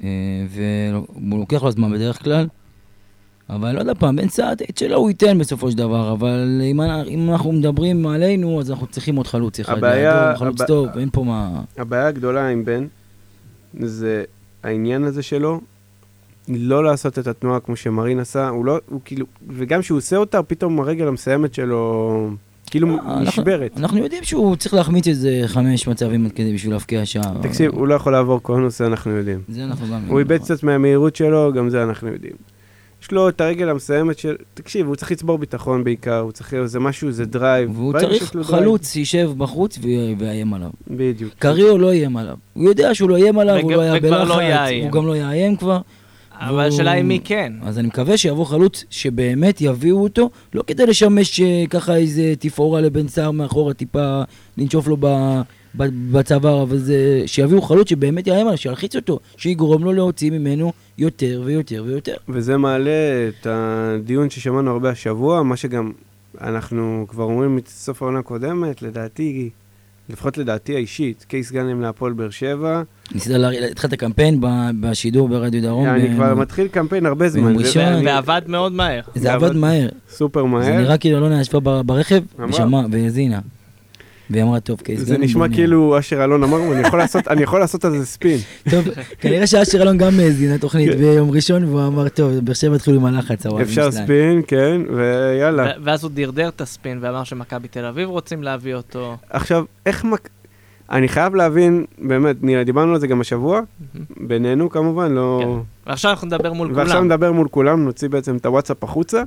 והוא לוקח לו זמן בדרך כלל, אבל לא יודע פעם, בן צער, את שלו הוא ייתן בסופו של דבר, אבל אם, אם אנחנו מדברים עלינו, אז אנחנו צריכים עוד חלוץ אחד. הבעיה... חלוץ הבע... טוב, אין פה מה... הבעיה הגדולה עם בן, זה העניין הזה שלו, לא לעשות את התנועה כמו שמרין עשה, הוא לא, הוא כאילו, וגם שהוא עושה אותה, פתאום הרגל המסיימת שלו, כאילו נשברת. אנחנו יודעים שהוא צריך להחמיץ איזה חמש מצבים כדי בשביל להפקיע שער. תקשיב, הוא לא יכול לעבור כל נושא, אנחנו יודעים. זה אנחנו גם יודעים. הוא איבד קצת מהמהירות שלו, גם זה אנחנו יודעים. יש לו את הרגל המסיימת של, תקשיב, הוא צריך לצבור ביטחון בעיקר, הוא צריך, זה משהו, זה דרייב. והוא צריך חלוץ שישב בחוץ ויאיים עליו. בדיוק. קריו לא יאיים עליו. הוא יודע שהוא לא יאיים עליו, הוא לא היה בלחץ, הוא גם לא יאיים כבר. אבל השאלה היא מי כן. אז אני מקווה שיבוא חלוץ שבאמת יביאו אותו, לא כדי לשמש ככה איזה תפאורה לבן סער מאחורה, טיפה לנשוף לו בצוואר, אבל זה שיביאו חלוץ שבאמת יאיים עליו, שילחיץ אותו, שיגרום לו להוציא ממנו יותר ויותר ויותר. וזה מעלה את הדיון ששמענו הרבה השבוע, מה שגם אנחנו כבר אומרים מסוף העונה הקודמת, לדעתי, לפחות לדעתי האישית, קייס גאנם להפועל באר שבע. ניסית להתחיל את הקמפיין בשידור ברדיו דרום. אני כבר מתחיל קמפיין הרבה זמן. ועבד מאוד מהר. זה עבד מהר. סופר מהר. זה נראה כאילו אלונה ישבה ברכב, ושמע, והזינה. והיא אמרה, טוב, קייס גאנם. זה נשמע כאילו אשר אלון אמר, אני יכול לעשות על זה ספין. טוב, כנראה שאשר אלון גם הזינה תוכנית ביום ראשון, והוא אמר, טוב, באר שבע התחילו עם הלחץ. אפשר ספין, כן, ויאללה. ואז הוא דרדר את הספין, ואמר שמכבי תל אביב רוצים להביא אותו. עכשיו, איך מק... אני חייב להבין, באמת, דיברנו על זה גם השבוע, בינינו כמובן, לא... ועכשיו אנחנו נדבר מול כולם. ועכשיו נדבר מול כולם, נוציא בעצם את הוואטסאפ החוצה.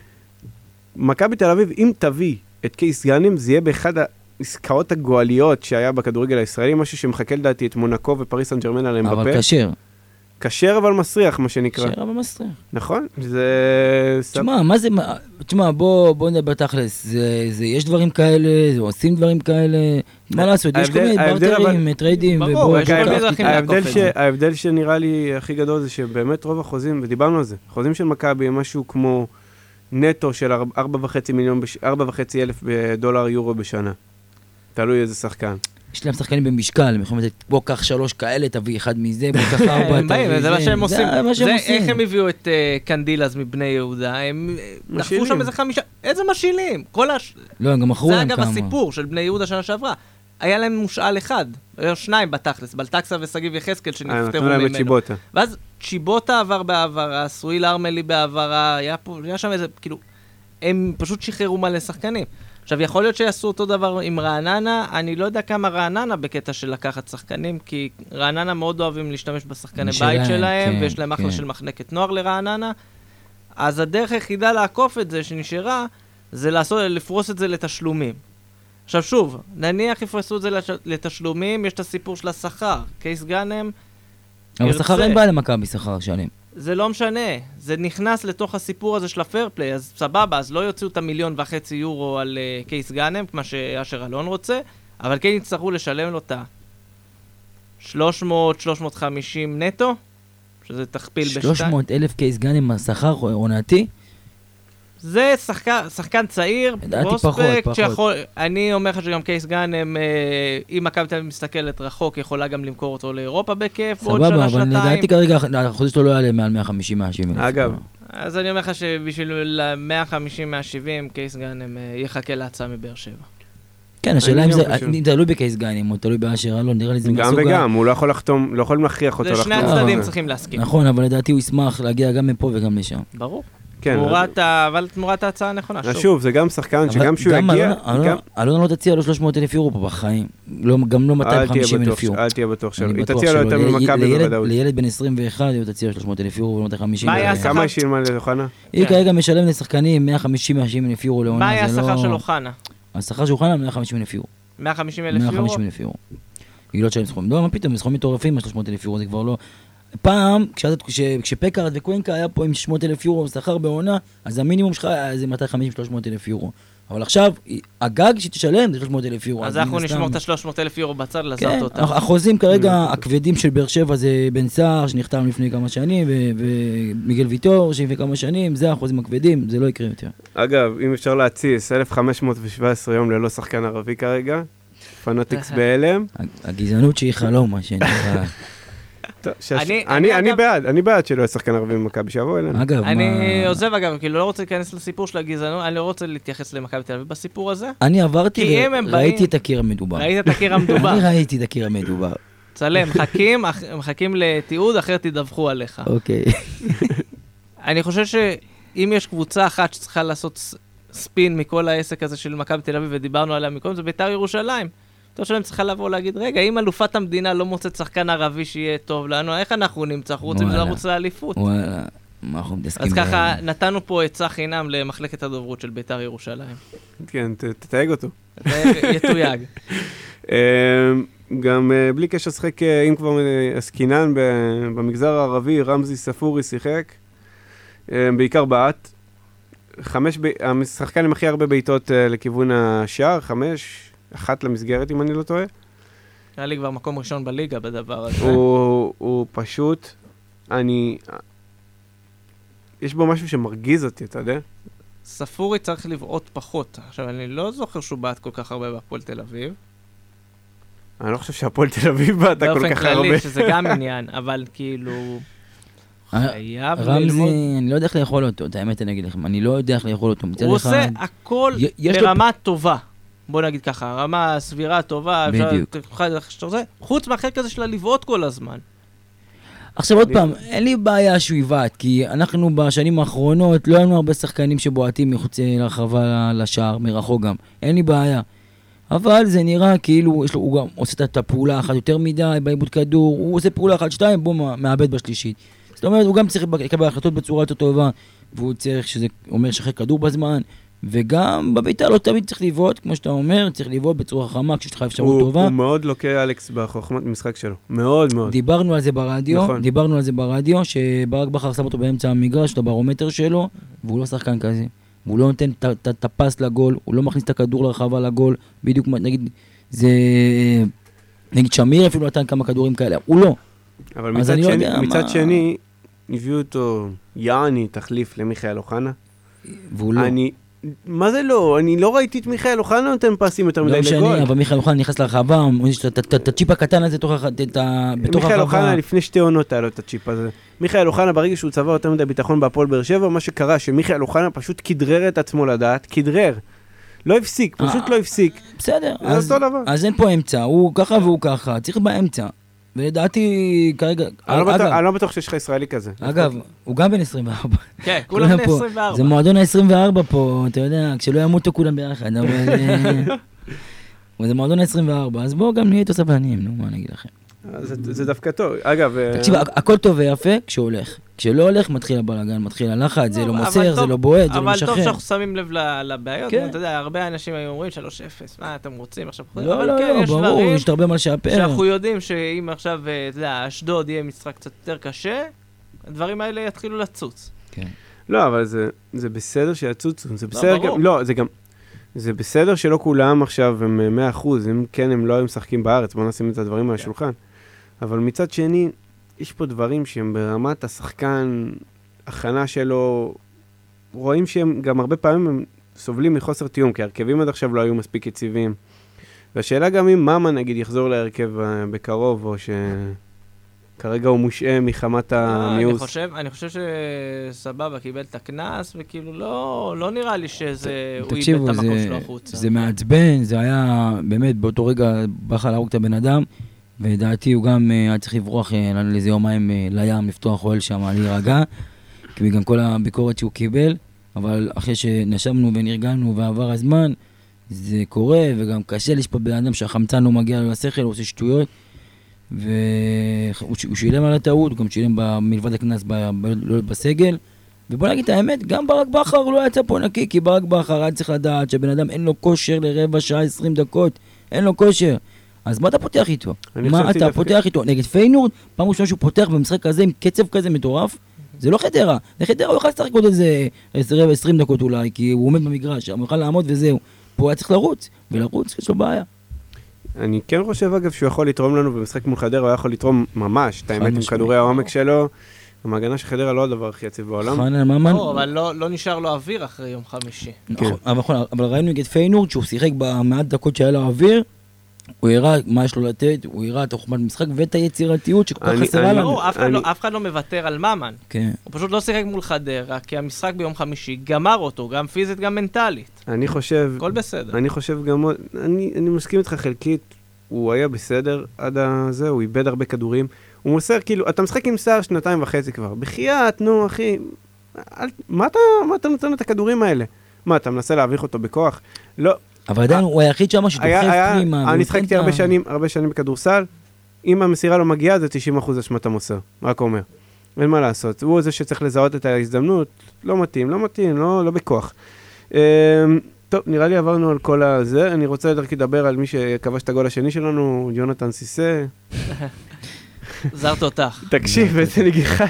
מכבי תל אביב, אם תביא את קייס גאנם, זה יהיה באחד העסקאות הגואליות שהיה בכדורגל הישראלי, משהו שמחכה לדעתי את מונקו ופריס סן ז'רמן על אמבפה. אבל קשר. קשר אבל מסריח, מה שנקרא. קשר אבל מסריח. נכון? זה... תשמע, מה זה... תשמע, בוא, בוא נדבר תכלס. זה, זה, יש דברים כאלה, עושים דברים כאלה. מה לעשות? יש כל מיני ברטרים, טריידים. ברור, יש כל מיני דרכים לעקוף את זה. ההבדל שנראה לי הכי גדול זה שבאמת רוב החוזים, ודיברנו על זה, חוזים של מכבי הם משהו כמו נטו של ארבע וחצי מיליון, ארבע וחצי אלף דולר יורו בשנה. תלוי איזה שחקן. יש להם שחקנים במשקל, הם יכולים לתת, בוא קח שלוש כאלה, תביא אחד מזה, בוא קח ארבע, תביא זה. זה מה שהם עושים. זה איך הם הביאו את קנדילאז מבני יהודה, הם דחפו שם איזה חמישה, איזה משילים. לא, הם גם מכרו להם כמה. זה אגב הסיפור של בני יהודה שנה שעברה. היה להם מושאל אחד, היו שניים בתכלס, בלטקסה וסגיב יחזקאל שנפטרו ממנו. ואז צ'יבוטה עבר בעברה, סרואיל ארמלי בעברה, היה שם איזה, כאילו, הם פשוט שחררו מלא שחקנים. עכשיו, יכול להיות שיעשו אותו דבר עם רעננה, אני לא יודע כמה רעננה בקטע של לקחת שחקנים, כי רעננה מאוד אוהבים להשתמש בשחקני בית שלהם, ויש להם אחלה של מחלקת נוער לרעננה, אז הדרך היחידה לעקוף את זה שנשארה, זה לעשות, לפרוס את זה לתשלומים. עכשיו שוב, נניח יפרסו את זה לתשלומים, יש את הסיפור של השכר, קייס גאנם, אבל שכר אין בעיה למכבי שכר שנים. זה לא משנה, זה נכנס לתוך הסיפור הזה של הפיירפליי, אז סבבה, אז לא יוציאו את המיליון וחצי יורו על uh, קייס גאנם, כמו שאשר אלון רוצה, אבל כן יצטרכו לשלם לו את ה-שלוש מאות שלוש מאות וחמישים נטו, שזה תכפיל בשתיים. שלוש מאות אלף קייס גאנם השכר עונתי? זה שחקן, שחקן צעיר, פרוספקט, שיכול, אני אומר לך שגם קייס גאנם, אם מכבי תל אביב מסתכלת רחוק, יכולה גם למכור אותו לאירופה בכיף, בעוד שנה, שנתיים. סבבה, אבל לדעתי כרגע, החודש שלו לא יעלה מעל מאה חמישים מאה שבעים. אגב. אז אני אומר לך שבשביל מאה חמישים מאה שבעים, קייס גאנם יחכה להצעה מבאר שבע. כן, השאלה אם זה תלוי בקייס גאנם, או תלוי באשר אלון, נראה לי זה מסוג... גם וגם, הוא לא יכול לחתום, לא יכולים להכריח אותו לחתום. זה שני הצדדים צריכים להסכים. נכון, אבל לדעתי הוא ישמח להגיע גם מפה וגם לשם. ברור. אבל תמורת ההצעה הנכונה. שוב, זה גם שחקן שגם שהוא יגיע... אלון לא תציע לו שלוש מאות אלף יורו פה בחיים. גם לא מאתיים וחמישים אלף יורו. אל תהיה בטוח שלו. היא תציע לו יותר ממכבי בוודאות. לילד בן עשרים ואחת היא תציע לו שלוש מאות אלף יורו ו-מאתיים וחמישים אלף. כמה היא שילמה ליוחנה? היא כרגע משלם לשחקנים מאה חמישים עד מאה שבעים אלף יורו לעונה. מה היה השכר של אוחנה? השכר של אוחנה מאה וחמישים אלף יורו. מאה וחמישים אלף יורו? מאה וחמישים אלף יורו. היא לא תשלם סכום. לא, מה פתאום, סכום מטורפים, שלוש מאות אלף יורו, זה כבר לא... פעם, כשפקארד וקוונקה היה פה עם שש מאות אלף יורו שכר בעונה, אז המינימום שלך היה איזה מאתיים וחמישים שלוש מאות אלף יורו. אבל עכשיו, הגג שתשלם זה שלוש מאות אלף יורו. אז אנחנו נשמור את ה-שלוש מאות אלף יורו בצד לעזרת אותה. החוזים כרגע, הכבדים של באר שבע זה בן סער, שנחתם לפני כמה שנים, ומיגל ויטור, שלפני כמה שנים, זה החוזים הכבדים, זה לא יקרה יותר. אגב, אם אפשר להציס, אלף חמש מאות שבע עשרה יום ללא שחקן ערבי כרגע, פנאטיקס בהלם. הגזענות שהיא חלום, מה שנקרא. אני בעד, אני בעד שלא יהיה שחקן ערבי במכבי שיבוא אלינו. אגב, אני עוזב אגב, כאילו לא רוצה להיכנס לסיפור של הגזענות, אני לא רוצה להתייחס למכבי תל אביב בסיפור הזה. אני עברתי וראיתי את הקיר המדובר. ראית את הקיר המדובר. אני ראיתי את הקיר המדובר. צלם, מחכים, מחכים לתיעוד, אחרת תדווחו עליך. אוקיי. אני חושב שאם יש קבוצה אחת שצריכה לעשות ספין מכל העסק הזה של מכבי תל אביב, ודיברנו עליה מקודם, זה בית"ר ירושלים. טוב שלהם צריכה לבוא להגיד, רגע, אם אלופת המדינה לא מוצאת שחקן ערבי שיהיה טוב לנו, איך אנחנו נמצא? אנחנו רוצים לרוץ לאליפות. וואלה, מה אנחנו מתעסקים? אז ככה, נתנו פה עצה חינם למחלקת הדוברות של בית"ר ירושלים. כן, תתייג אותו. יתויג. גם בלי קשר שחק, אם כבר עסקינן במגזר הערבי, רמזי ספורי שיחק, בעיקר בעט. חמש, השחקן עם הכי הרבה בעיטות לכיוון השער, חמש, אחת למסגרת אם אני לא טועה. היה לי כבר מקום ראשון בליגה בדבר הזה. הוא, הוא פשוט, אני, יש בו משהו שמרגיז אותי, אתה יודע? ספורי צריך לבעוט פחות. עכשיו, אני לא זוכר שהוא בעט כל כך הרבה בהפועל תל אביב. אני לא חושב שהפועל תל אביב בעטה כל כך הרבה. באופן כללי, שזה גם עניין, אבל כאילו... חייב ללמוד. רמזי, אני לא יודע איך לאכול אותו, את האמת אני אגיד לכם, אני לא יודע איך לאכול אותו. הוא עושה הכל ברמה טובה. בוא נגיד ככה, רמה סבירה טובה, בדיוק. חוץ מהחלק הזה של לבעוט כל הזמן. עכשיו עוד פעם, אין לי בעיה שהוא יבעט, כי אנחנו בשנים האחרונות לא היינו הרבה שחקנים שבועטים מחוץ לרחבה לשער, מרחוק גם, אין לי בעיה. אבל זה נראה כאילו, יש לו, הוא גם עושה את הפעולה אחת יותר מדי, בעיבוד כדור, הוא עושה פעולה אחת, שתיים, בוא מאבד בשלישית. זאת אומרת, הוא גם צריך לקבל החלטות בצורה יותר טובה, והוא צריך שזה אומר שחק כדור בזמן, וגם בבית"ר לא תמיד צריך לבעוט, כמו שאתה אומר, צריך לבעוט בצורה חכמה, כשיש לך אפשרות טובה. הוא מאוד לוקה אלכס בחוכמת משחק שלו, מאוד מאוד. דיברנו על זה ברדיו, נכון. דיברנו על זה ברדיו, שברק בכר שם אותו באמצע המגרש, את הברומטר שלו, והוא לא שחקן כזה. והוא לא נותן את הפס לגול, הוא לא מכניס את הכדור לרחבה לגול, בדיוק נגיד, זה, נגיד שמיר אפילו נתן כמה כדורים כאלה, הוא לא. אבל מצד שני, מצד שני, הביאו אותו יעני תחליף למיכאל אוחנה. והוא לא. אני, מה זה לא? אני לא ראיתי את מיכאל אוחנה נותן פסים יותר מדי לגול. לא משנה, אבל מיכאל אוחנה נכנס לרחבה, יש את הצ'יפ הקטן הזה בתוך הרחבה. מיכאל אוחנה לפני שתי עונות היה לו את הצ'יפ הזה. מיכאל אוחנה ברגע שהוא צבע יותר מדי ביטחון בהפועל באר שבע, מה שקרה שמיכאל אוחנה פשוט כדרר את עצמו לדעת, כדרר. לא הפסיק, פשוט לא הפסיק. בסדר, אז אין פה אמצע, הוא ככה והוא ככה, צריך באמצע. ולדעתי כרגע... אני לא בטוח שיש לך ישראלי כזה. אגב, הוא גם בן עשרים וארבע. כן, כולם בן עשרים וארבע. זה מועדון ה-עשרים וארבע פה, אתה יודע, כשלא ימותו כולם ביחד, אבל... זה מועדון ה-עשרים וארבע, אז בואו גם נהיה תוספנים, נו, מה אני אגיד לכם. זה דווקא טוב. אגב... תקשיב, הכל טוב ויפה כשהולך. כשלא הולך, מתחיל הבלגן, מתחיל הלחץ, זה לא מוסר, זה לא בועט, זה לא משחרר. אבל טוב שאנחנו שמים לב לבעיות, אתה יודע, הרבה אנשים היו אומרים שלוש אפס, מה אתם רוצים עכשיו? לא, לא, לא, ברור, יש הרבה מה לשפר. שאנחנו יודעים שאם עכשיו, אתה יודע, אשדוד יהיה משחק קצת יותר קשה, הדברים האלה יתחילו לצוץ. כן. לא, אבל זה בסדר שיצוצו, זה בסדר גם, לא, זה גם, זה בסדר שלא כולם עכשיו הם מאה אחוז, אם כן הם לא היו משחקים בארץ, בואו נשים את הדברים על השולחן. אבל מצד שני, יש פה דברים שהם ברמת השחקן, הכנה שלו, רואים שהם גם הרבה פעמים הם סובלים מחוסר תיאום, כי הרכבים עד עכשיו לא היו מספיק יציבים. והשאלה גם אם מאמה נגיד יחזור להרכב בקרוב, או שכרגע הוא מושעה מחמת המיוס. אני חושב, אני חושב שסבבה קיבל את הכנס, וכאילו לא, לא נראה לי שזה, הוא איבד את המקום שלו החוצה. זה מעצבן, זה היה באמת באותו רגע בא להרוג את הבן אדם, ודעתי הוא גם היה צריך לברוח לאיזה יומיים לים, לפתוח אוהל שם, להירגע, כי גם כל הביקורת שהוא קיבל, אבל אחרי שנשמנו ונרגענו ועבר הזמן, זה קורה, וגם קשה לשפוט בן אדם שהחמצן לא מגיע לשכל, הוא עושה שטויות, והוא שילם על הטעות, הוא גם שילם מלבד הכנס בסגל, ובוא נגיד את האמת, גם ברק בכר לא יצא פה נקי, כי ברק בכר היה צריך לדעת שהבן אדם אין לו כושר לרבע שעה, עשרים דקות, אין לו כושר. אז מה אתה פותח איתו? מה אתה פותח איתו? נגד פיינורד, פעם ראשונה שהוא פותח במשחק כזה עם קצב כזה מטורף, זה לא חדרה. לחדרה הוא יוכל לשחק עוד איזה עשרים דקות אולי, כי הוא עומד במגרש, הוא יוכל לעמוד וזהו. פה היה צריך לרוץ, ולרוץ יש לו בעיה. אני כן חושב אגב שהוא יכול לתרום לנו במשחק מול חדרה, הוא יכול לתרום ממש, את האמת עם כדורי העומק שלו. המגנה של חדרה לא הדבר הכי יציב בעולם. לא, אבל לא נשאר לו אוויר אחרי יום חמישי. אבל ראינו נגד פיינורד שהוא שיחק במעט דקות שהיה לו אוויר, הוא הראה מה יש לו לתת, הוא הראה את החוכמת משחק ואת היצירתיות שכל כך חסרה לנו. אף אחד לא מוותר על מאמן. הוא פשוט לא שיחק מול חדרה, כי המשחק ביום חמישי גמר אותו, גם פיזית, גם מנטלית. אני חושב... הכל בסדר. אני חושב גם... אני מסכים איתך חלקית, הוא היה בסדר עד הזה, הוא איבד הרבה כדורים. הוא מוסר, כאילו, אתה משחק עם סער שנתיים וחצי כבר. בחייאת, נו, אחי, אל, מה, אתה, מה אתה נותן את הכדורים האלה? מה, אתה מנסה להביך אותו בכוח? לא. אבל עדיין הוא היחיד שם שדוחף פנימה. אני שחקתי הרבה שנים, הרבה שנים בכדורסל. אם המסירה לא מגיעה, זה תשעים אחוז אשמת המוסר. רק אומר. אין מה לעשות. הוא זה שצריך לזהות את ההזדמנות. לא מתאים, לא מתאים, לא, לא בכוח. טוב, נראה לי עברנו על כל הזה. אני רוצה דרכי לדבר על מי שכבש את הגול השני שלנו, יונתן סיסה. זרת אותך. תקשיב, איזה נגיחה.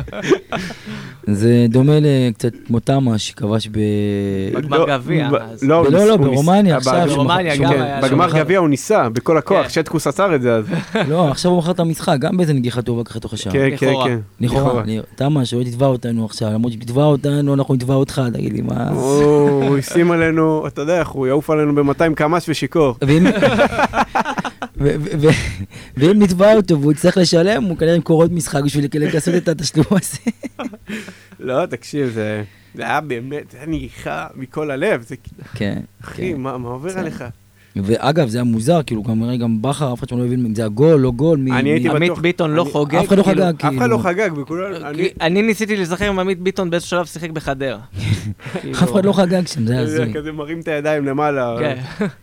זה דומה לקצת כמו תמה שכבש ב... בגמר גביע. לא, לא, ברומניה עכשיו. ברומניה גם היה. בגמר גביע הוא ניסה, בכל הכוח, שטקוס עצר את זה אז. לא, עכשיו הוא מכר את המשחק, גם באיזה נגיחה טובה ככה תוך השעה. כן, כן, כן. לכאורה. תמה, שלא תתבע אותנו עכשיו, למרות שתתבע אותנו, אנחנו נתבע אותך, תגיד לי מה... הוא ישים עלינו, אתה יודע, הוא יעוף עלינו ב-מאתיים קמ"ש ושיקור. ואם נתבע אותו והוא יצטרך לשלם, הוא כנראה עם קורות משחק בשביל לעשות את התשלום הזה. לא, תקשיב, זה היה באמת, זה היה נגיחה מכל הלב. כן. אחי, מה עובר עליך? ואגב, זה היה מוזר, כאילו, גם בחר, אף אחד שלא הבין אם זה הגול, לא גול. אני הייתי בטוח. עמית ביטון לא חוגג. אף אחד לא חגג, אף אחד לא חגג. אני ניסיתי לזכר אם עמית ביטון באיזשהו שלב שיחק בחדרה. אף אחד לא חגג שם, זה היה זוי. כזה מרים את הידיים למעלה. כן.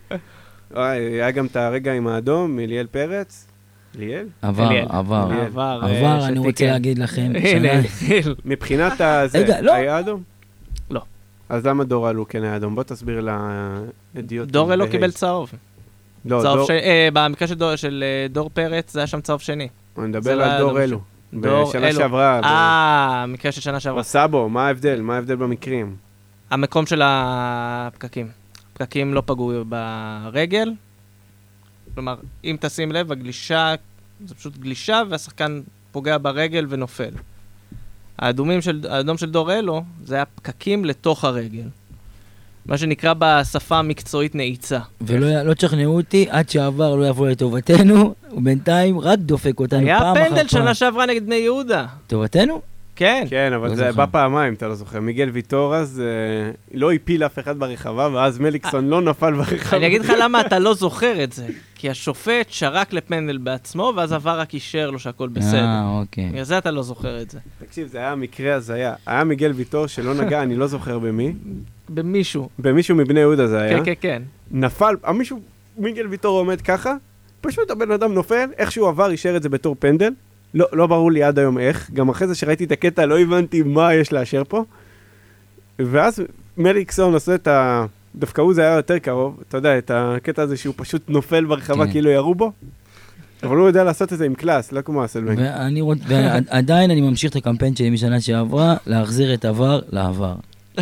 היה גם את הרגע עם האדום, אליאל פרץ. אליאל? עבר, עבר. עבר, אני רוצה להגיד לכם. מבחינת הזה, היה אדום? לא. אז למה דור אלו כן היה אדום? בוא תסביר לעדיות. דור אלו קיבל צהוב. לא, במקרה של דור פרץ זה היה שם צהוב שני. אני מדבר על דור אלו. בשנה שעברה. אה, מקרה של שנה שעברה. בסאבו, מה ההבדל? מה ההבדל במקרים? המקום של הפקקים. פקקים לא פגעו ברגל. כלומר, אם תשים לב, הגלישה, זה פשוט גלישה, והשחקן פוגע ברגל ונופל. האדומים של, האדום של דור אלו, זה היה פקקים לתוך הרגל. מה שנקרא בשפה המקצועית נעיצה. ולא לא תשכנעו אותי, עד שעבר לא יבוא לטובתנו, ובינתיים רק דופק אותנו פעם אחר פעם. היה פנדל שנה שעברה נגד בני יהודה. טובתנו? כן. כן, אבל זה בא פעמיים, אתה לא זוכר. מיגל ויטור אז לא הפיל אף אחד ברחבה, ואז מליקסון לא נפל ברחבה. אני אגיד לך למה אתה לא זוכר את זה. כי השופט שרק לפנדל בעצמו, ואז עבר רק אישר לו שהכל בסדר. אה, אוקיי. בגלל זה אתה לא זוכר את זה. תקשיב, זה היה מקרה הזיה. היה מיגל ויטור שלא נגע, אני לא זוכר במי. במישהו. במישהו מבני יהודה זה היה. כן, כן, כן. נפל, מישהו, מיגל ויטור עומד ככה, פשוט הבן אדם נופל, איכשהו עבר, אישר את זה בתור פנדל. לא, לא ברור לי עד היום איך. גם אחרי זה שראיתי את הקטע, לא הבנתי מה יש לאשר פה. ואז מליקסון עושה את ה... דווקא הוא זה היה יותר קרוב, אתה יודע, את הקטע הזה שהוא פשוט נופל ברחבה כאילו ירו בו. אבל הוא יודע לעשות את זה עם קלאס, לא כמו אסלבנק. ועדיין אני ממשיך את הקמפיין שלי משנה שעברה, להחזיר את עבר לעבר.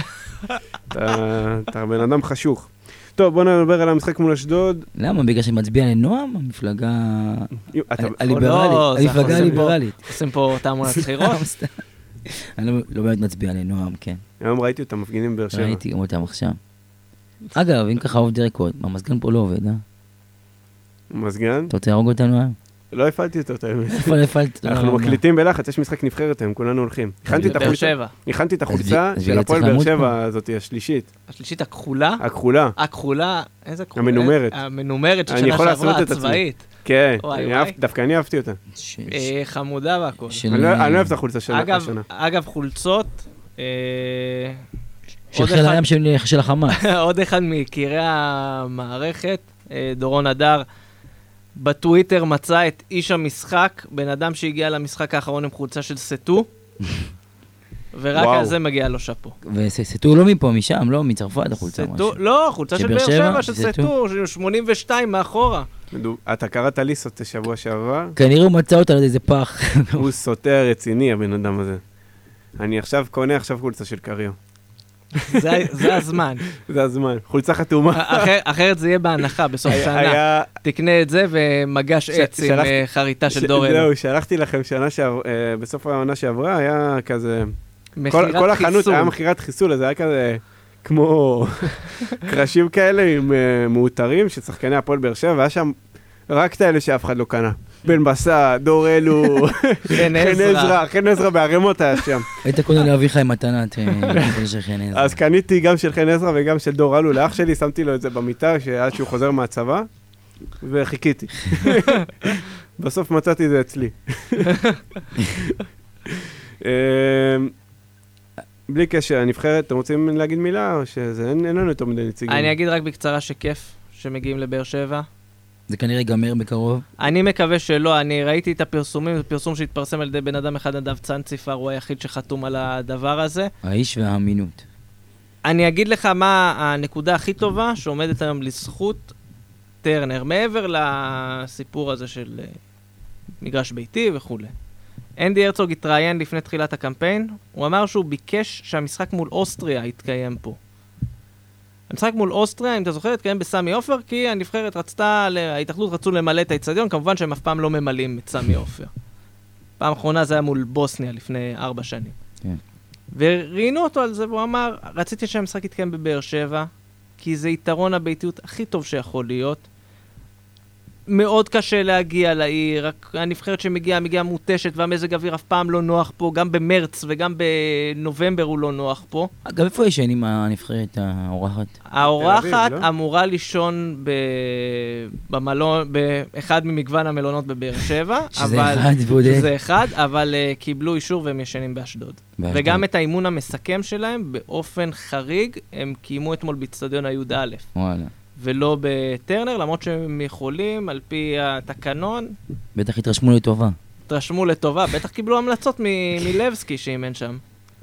אתה בן אדם חשוך. טוב, בוא נדבר על המשחק מול אשדוד. למה? בגלל שמצביע לנועם? המפלגה הליברלית. המפלגה הליברלית. עושים פה תעמולת בחירות? אני לא באמת מצביע לנועם, כן. היום ראיתי אותם מפגינים באר שבע. ראיתי גם אותם עכשיו. אגב, אם ככה עובד רקורד, המזגן פה לא עובד, אה? מזגן? אתה רוצה להרוג אותנו היום? לא הפעלתי אותו, אתה יודע. איפה לא הפעלת? אנחנו מקליטים בלחץ, יש משחק נבחרת היום, כולנו הולכים. הכנתי את החולצה של הפועל באר שבע הזאת, השלישית. השלישית הכחולה? הכחולה. הכחולה, איזה כחולה? המנומרת. המנומרת של שנה שעברה, הצבאית. כן, דווקא אני אהבתי אותה. חמודה והכל. אני לא אוהב את החולצה של השנה. אגב, חולצות... של חיל הים של החמאס. עוד אחד מכירי המערכת, דורון הדר, בטוויטר מצא את איש המשחק, בן אדם שהגיע למשחק האחרון עם חולצה של סטו, ורק על זה מגיע לו שפו. וסטו לא מפה, משם, לא מצרפת החולצה משהו. לא, חולצה של באר שבע של סטו, שמונים ושתיים מאחורה. אתה קראת לי סוטה שבוע שעבר? כנראה הוא מצא אותה על איזה פח. הוא סוטה רציני, הבן אדם הזה. אני עכשיו קונה עכשיו חולצה של קריו. זה הזמן. זה הזמן. חולצה חתומה. אחרת זה יהיה בהנחה בסוף שנה. תקנה את זה ומגש עץ עם חריטה של דור אלו. זהו, שלחתי לכם שנה בסוף העונה שעברה, היה כזה... כל החנות היה מחירת חיסול, אז היה כזה כמו קרשים כאלה עם מאותרים של שחקני הפועל באר שבע, והיה שם רק את האלה שאף אחד לא קנה. בן בסע, דור אלו, חן עזרא, חן עזרא בערימות היה שם. היית קונה להביא לך עם מתנת של חן עזרא. אז קניתי גם של חן עזרא וגם של דור אלו לאח שלי, שמתי לו את זה במיטה שעד שהוא חוזר מהצבא, וחיכיתי. בסוף מצאתי זה אצלי. בלי קשר, הנבחרת, אתם רוצים להגיד מילה או שזה, אין לנו יותר מדי נציגים? אני אגיד רק בקצרה שכיף שמגיעים לבאר שבע. זה כנראה ייגמר בקרוב. אני מקווה שלא, אני ראיתי את הפרסומים, זה פרסום שהתפרסם על ידי בן אדם אחד, נדב צנציפר, הוא היחיד שחתום על הדבר הזה. האיש והאמינות. אני אגיד לך מה הנקודה הכי טובה שעומדת היום לזכות טרנר, מעבר לסיפור הזה של מגרש ביתי וכו'. אנדי הרצוג התראיין לפני תחילת הקמפיין, הוא אמר שהוא ביקש שהמשחק מול אוסטריה יתקיים פה. המשחק מול אוסטריה, אם אתה זוכר, יתקיים בסמי עופר, כי הנבחרת רצתה, ההתאחדות רצו למלא את האצטדיון, כמובן שהם אף פעם לא ממלאים את סמי עופר. פעם אחרונה זה היה מול בוסניה לפני ארבע שנים. כן. וראינו אותו על זה, והוא אמר, רציתי שהמשחק יתקיים בבאר שבע, כי זה יתרון הביתיות הכי טוב שיכול להיות. מאוד קשה להגיע לעיר, רק הנבחרת שמגיעה, מגיעה מוטשת, והמזג אוויר אף פעם לא נוח פה, גם במרץ וגם בנובמבר הוא לא נוח פה. אגב, איפה ישן עם הנבחרת האורחת? האורחת אמורה לישון ב... במלון, באחד ממגוון המלונות בבאר שבע. שזה אבל... אחד בודד. שזה אחד, אבל uh, קיבלו אישור והם ישנים באשדוד. באשדוד. וגם את האימון המסכם שלהם, באופן חריג, הם קיימו אתמול באצטדיון הי"א. וואלה. ולא בטרנר, למרות שהם יכולים, על פי התקנון. בטח התרשמו לטובה. התרשמו לטובה, בטח קיבלו המלצות מלבסקי שאימן שם.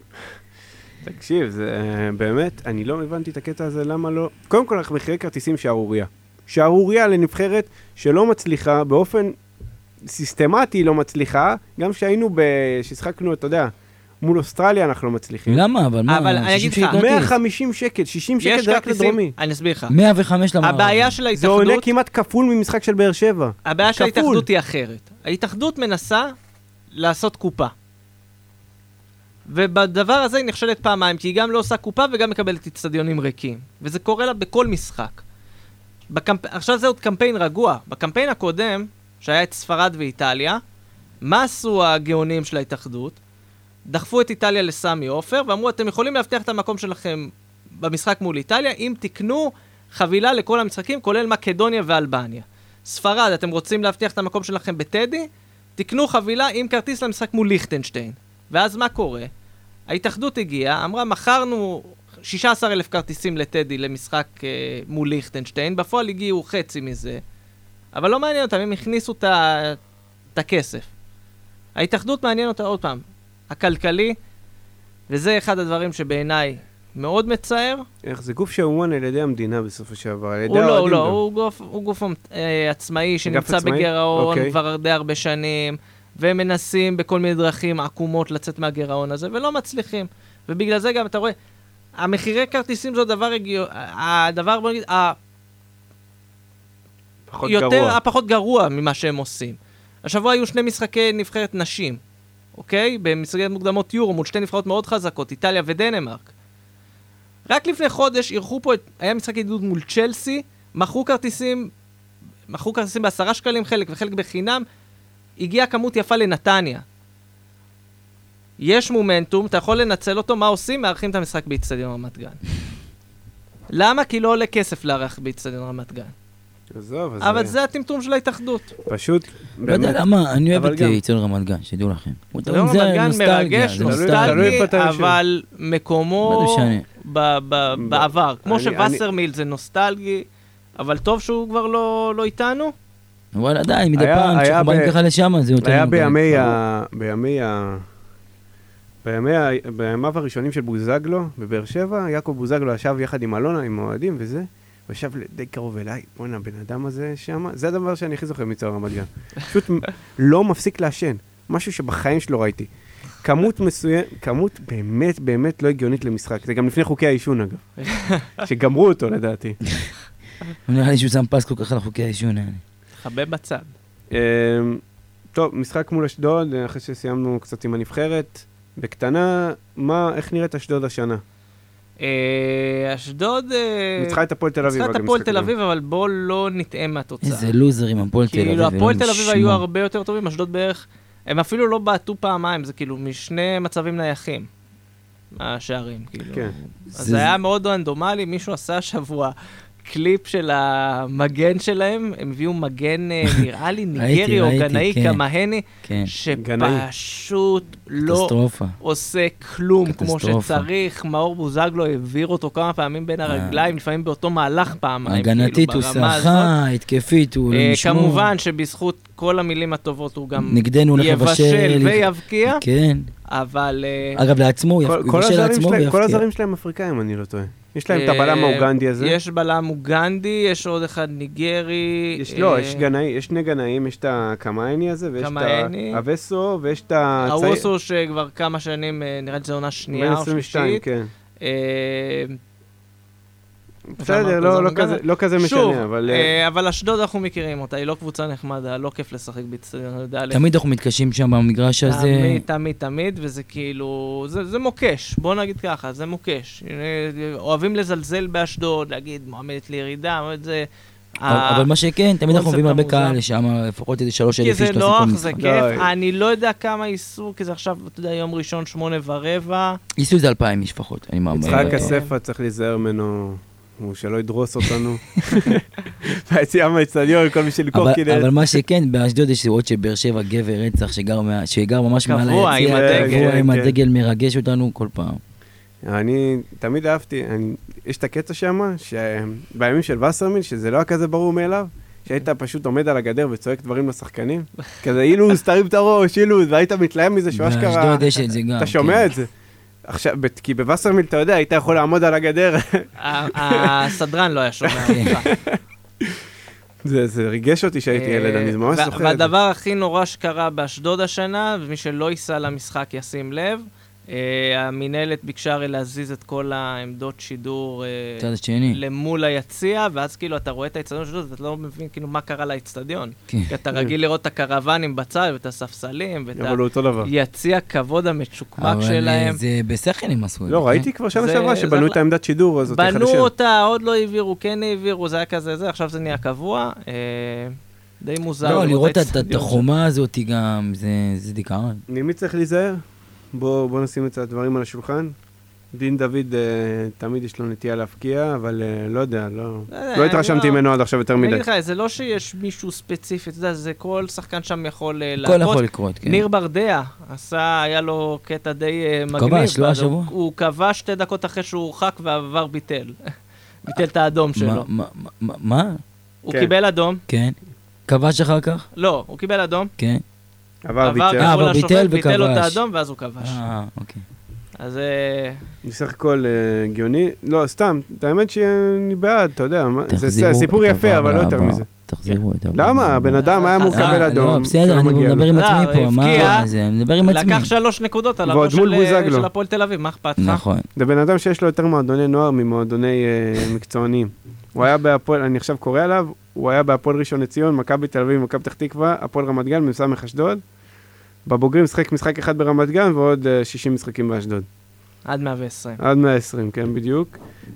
תקשיב, זה באמת, אני לא הבנתי את הקטע הזה, למה לא... קודם כל, אנחנו מחירי כרטיסים שערוריה. שערוריה לנבחרת שלא מצליחה, באופן סיסטמטי לא מצליחה, גם שהיינו, ששחקנו, אתה יודע, מול אוסטרליה אנחנו לא מצליחים. למה? אבל מה? אבל אני אגיד לך, מאה וחמישים שקל, שישים שקל זה רק לדרומי. אני אסביר לך. מאה וחמש למערב. הבעיה של ההתאחדות... זה עונה כמעט כפול ממשחק של באר שבע. הבעיה של ההתאחדות היא אחרת. ההתאחדות מנסה לעשות קופה. ובדבר הזה היא נכשלת פעמיים, כי היא גם לא עושה קופה וגם מקבלת אצטדיונים ריקים. וזה קורה לה בכל משחק. בקמפ... עכשיו זה עוד קמפיין רגוע. בקמפיין הקודם, שהיה את ספרד ואיטליה, מה עשו הגאונים של ההתאחדות? דחפו את איטליה לסמי עופר, ואמרו, אתם יכולים להבטיח את המקום שלכם במשחק מול איטליה, אם תקנו חבילה לכל המשחקים, כולל מקדוניה ואלבניה. ספרד, אתם רוצים להבטיח את המקום שלכם בטדי? תקנו חבילה עם כרטיס למשחק מול ליכטנשטיין. ואז מה קורה? ההתאחדות הגיעה, אמרה, מכרנו שישה עשר אלף כרטיסים לטדי למשחק אה, מול ליכטנשטיין, בפועל הגיעו חצי מזה, אבל לא מעניין אותם, הם הכניסו את הכסף. ההתאחדות מעניין אותה עוד פעם. הכלכלי, וזה אחד הדברים שבעיניי מאוד מצער. איך זה גוף שאומן על ידי המדינה בסוף השעבר, על ידי הוא לא, הוא האוהדים לא, גם. הוא גוף, הוא גוף אה, עצמאי שנמצא עצמאי? בגירעון אוקיי. כבר די הרבה שנים, והם מנסים בכל מיני דרכים עקומות לצאת מהגירעון הזה, ולא מצליחים. ובגלל זה גם אתה רואה, המחירי כרטיסים זה הדבר הגיע, הדבר, בוא נגיד, ה... פחות יותר, גרוע. הפחות גרוע ממה שהם עושים. השבוע היו שני משחקי נבחרת נשים. אוקיי? במשחקי מוקדמות יורו, מול שתי נבחרות מאוד חזקות, איטליה ודנמרק. רק לפני חודש אירחו פה, היה משחק ידידות מול צ'לסי, מכרו כרטיסים, מכרו כרטיסים בעשרה שקלים חלק וחלק בחינם, הגיעה כמות יפה לנתניה. יש מומנטום, אתה יכול לנצל אותו, מה עושים? מארחים את המשחק באצטדיון רמת גן. למה? כי לא עולה כסף לארח באצטדיון רמת גן. עזוב, אז אבל זה הטמטום של ההתאחדות. פשוט, לא יודע באמת. למה, אני אוהב אבל את גם- אצטדיון רמת גן, שתדעו לכם. זה רמת גן מרגש, זה תלוי נוסטלגי, איפה אתה יושב. אבל מה מקומו זה משנה? ב- ב- בעבר. כמו אני- שווסרמיל זה נוסטלגי, אבל טוב שהוא כבר לא לא איתנו. אבל עדיין, מדי היה- פעם, היה כשאנחנו באים ב- ככה לשם, זה יותר... היה מדי. בימי ה... בימי ה... בימי ה... בימיו הראשונים של בוזגלו בבאר שבע, יעקב בוזגלו ישב יחד עם אלונה, עם אוהדים וזה, הוא ישב די קרוב אליי, בוא'נה, הבן אדם הזה שם, זה הדבר שאני הכי זוכר מצער רמת גן. פשוט לא מפסיק לעשן, משהו שבחיים שלא ראיתי. כמות מסוים, כמות באמת באמת לא הגיונית למשחק, זה גם לפני חוקי העישון אגב, שגמרו אותו לדעתי. נראה לי שהוא שם פס כל כך על חוקי העישון האלה. חבא בצד. אמ, טוב, משחק מול אשדוד, אחרי שסיימנו קצת עם הנבחרת, בקטנה, מה, איך נראית אשדוד השנה? אה, אשדוד... אה, ניצחה את הפועל תל אביב. ניצחה את אגב, הפועל משחק תל הזה. אביב, אבל בואו לא נטעה מהתוצאה. איזה לוזרים, הפועל תל אביב. כאילו, הפועל תל אביב אלוהים היו ישמור. הרבה יותר טובים, אשדוד בערך... הם אפילו לא בעטו פעמיים, זה כאילו משני מצבים נייחים. השערים, כאילו. כן. אז זה- זה היה מאוד רנדומלי, מישהו עשה השבוע קליפ של המגן שלהם, הם הביאו מגן, נראה לי, ניגרי או גנאי כמהני, שפשוט לא עושה כלום כמו שצריך. מאור בוזגלו העביר אותו כמה פעמים בין הרגליים, לפעמים באותו מהלך פעמיים. הגנתית הוא שחה, התקפית הוא לשמור. כמובן שבזכות כל המילים הטובות הוא גם יבשל ויבקיע, אבל... אגב, לעצמו, יבשל לעצמו ויבקיע. כל הזרים שלהם אפריקאים, אני לא טועה. יש להם את הבלם האוגנדי הזה. יש בלם אוגנדי, יש עוד אחד ניגרי. יש, לא, יש גנאי, יש שני גנאים, יש את הקמאייני הזה, ויש את האבסו, ויש את הצעיר. האבסו שכבר כמה שנים, נראה לי זה עונה שנייה או שלישית. כן. בסדר, לא כזה משנה, אבל... אבל אשדוד אנחנו מכירים אותה, היא לא קבוצה נחמדה, לא כיף לשחק באצטדיון. תמיד אנחנו מתקשים שם במגרש הזה. תמיד, תמיד, תמיד, וזה כאילו... זה מוקש, בוא נגיד ככה, זה מוקש. אוהבים לזלזל באשדוד, להגיד, מועמדת לירידה, מועמדת זה... אבל מה שכן, תמיד אנחנו מביאים הרבה קהל לשם, לפחות איזה שלוש אלף איש. כי זה נוח, זה כיף, אני לא יודע כמה ייסו, כי זה עכשיו, אתה יודע, יום ראשון, שמונה ורבע. ייסו זה אלפיים איש פחות, אני מאמין. יצחק הספר צריך להיזהר ממנו, הוא שלא ידרוס אותנו. והיציאה מהאצטדיון, כל מי שלקור כנראה. אבל מה שכן, באשדוד יש סירות של באר שבע גבר רצח, שגר ממש מעל היציאה, קבוע עם הדגל, מרגש אותנו כל פעם. אני תמיד אהבתי, יש את הקטע שם, שבימים של וסרמיל, שזה לא היה כזה ברור מאליו, שהיית פשוט עומד על הגדר וצועק דברים לשחקנים, כזה אילוז, תרים את הראש, אילוז, והיית מתלהם מזה שהוא אשכרה, באשדוד יש את זה גם. אתה שומע את זה. עכשיו, כי בווסרמיל, אתה יודע, היית יכול לעמוד על הגדר. הסדרן לא היה שומע אותך. זה ריגש אותי שהייתי ילד, אני ממש זוכר את זה. והדבר הכי נורא שקרה באשדוד השנה, ומי שלא ייסע למשחק ישים לב, המנהלת ביקשה הרי להזיז את כל העמדות שידור למול היציע, ואז כאילו אתה רואה את האצטדיון שלו, ואתה לא מבין כאילו מה קרה לאצטדיון. כי אתה רגיל לראות את הקרוונים בצד, ואת הספסלים, ואת היציע כבוד המצ'וקמק שלהם. אבל זה בשכל הם עשו. לא, ראיתי כבר שנה שעברה שבנו את העמדת שידור הזאת. בנו אותה, עוד לא העבירו, כן העבירו, זה היה כזה זה, עכשיו זה נהיה קבוע. די מוזר. לא, לראות את החומה הזאת גם, זה דיכאון. מי צריך להיזהר? בוא, בוא נשים את הדברים על השולחן. דין דוד, תמיד יש לו נטייה להפקיע, אבל לא יודע, לא, לא התרשמתי ממנו עד עכשיו יותר מדי. אני אגיד לך, זה לא שיש מישהו ספציפי, אתה יודע, זה כל שחקן שם יכול לעבוד. כל יכול לקרות, כן. ניר ברדע, עשה, היה לו קטע די מגניב. כבש, לא השבוע? הוא כבש שתי דקות אחרי שהוא הורחק ועבר ביטל. ביטל את האדום שלו. מה? הוא קיבל אדום. כן. כבש אחר כך? לא, הוא קיבל אדום. כן. עבר ביטל. עבר ביטל וכבש. ביטל לו את האדום ואז הוא כבש. אה, אוקיי. אז... בסך הכל הגיוני. לא, סתם, האמת שאני בעד, אתה יודע. זה סיפור יפה, אבל לא יותר מזה. תחזירו את זה. למה? הבן אדם היה אמור לקבל אדום. לא, בסדר, אני מדבר עם עצמי פה. מה זה? אני מדבר עם עצמי. לקח שלוש נקודות על הראש של הפועל תל אביב, מה אכפת לך? נכון. זה בן אדם שיש לו יותר מועדוני נוער ממועדוני מקצוענים. הוא היה בהפועל, אני עכשיו קורא עליו, הוא היה בהפועל ראשון לציון, מכבי תל אביב, מכבי פתח תקווה, הפועל רמת גן, ממסמך אשדוד. בבוגרים משחק משחק אחד ברמת גן ועוד שישים משחקים באשדוד. עד מאה ועשרים. עד מאה ועשרים, כן, בדיוק.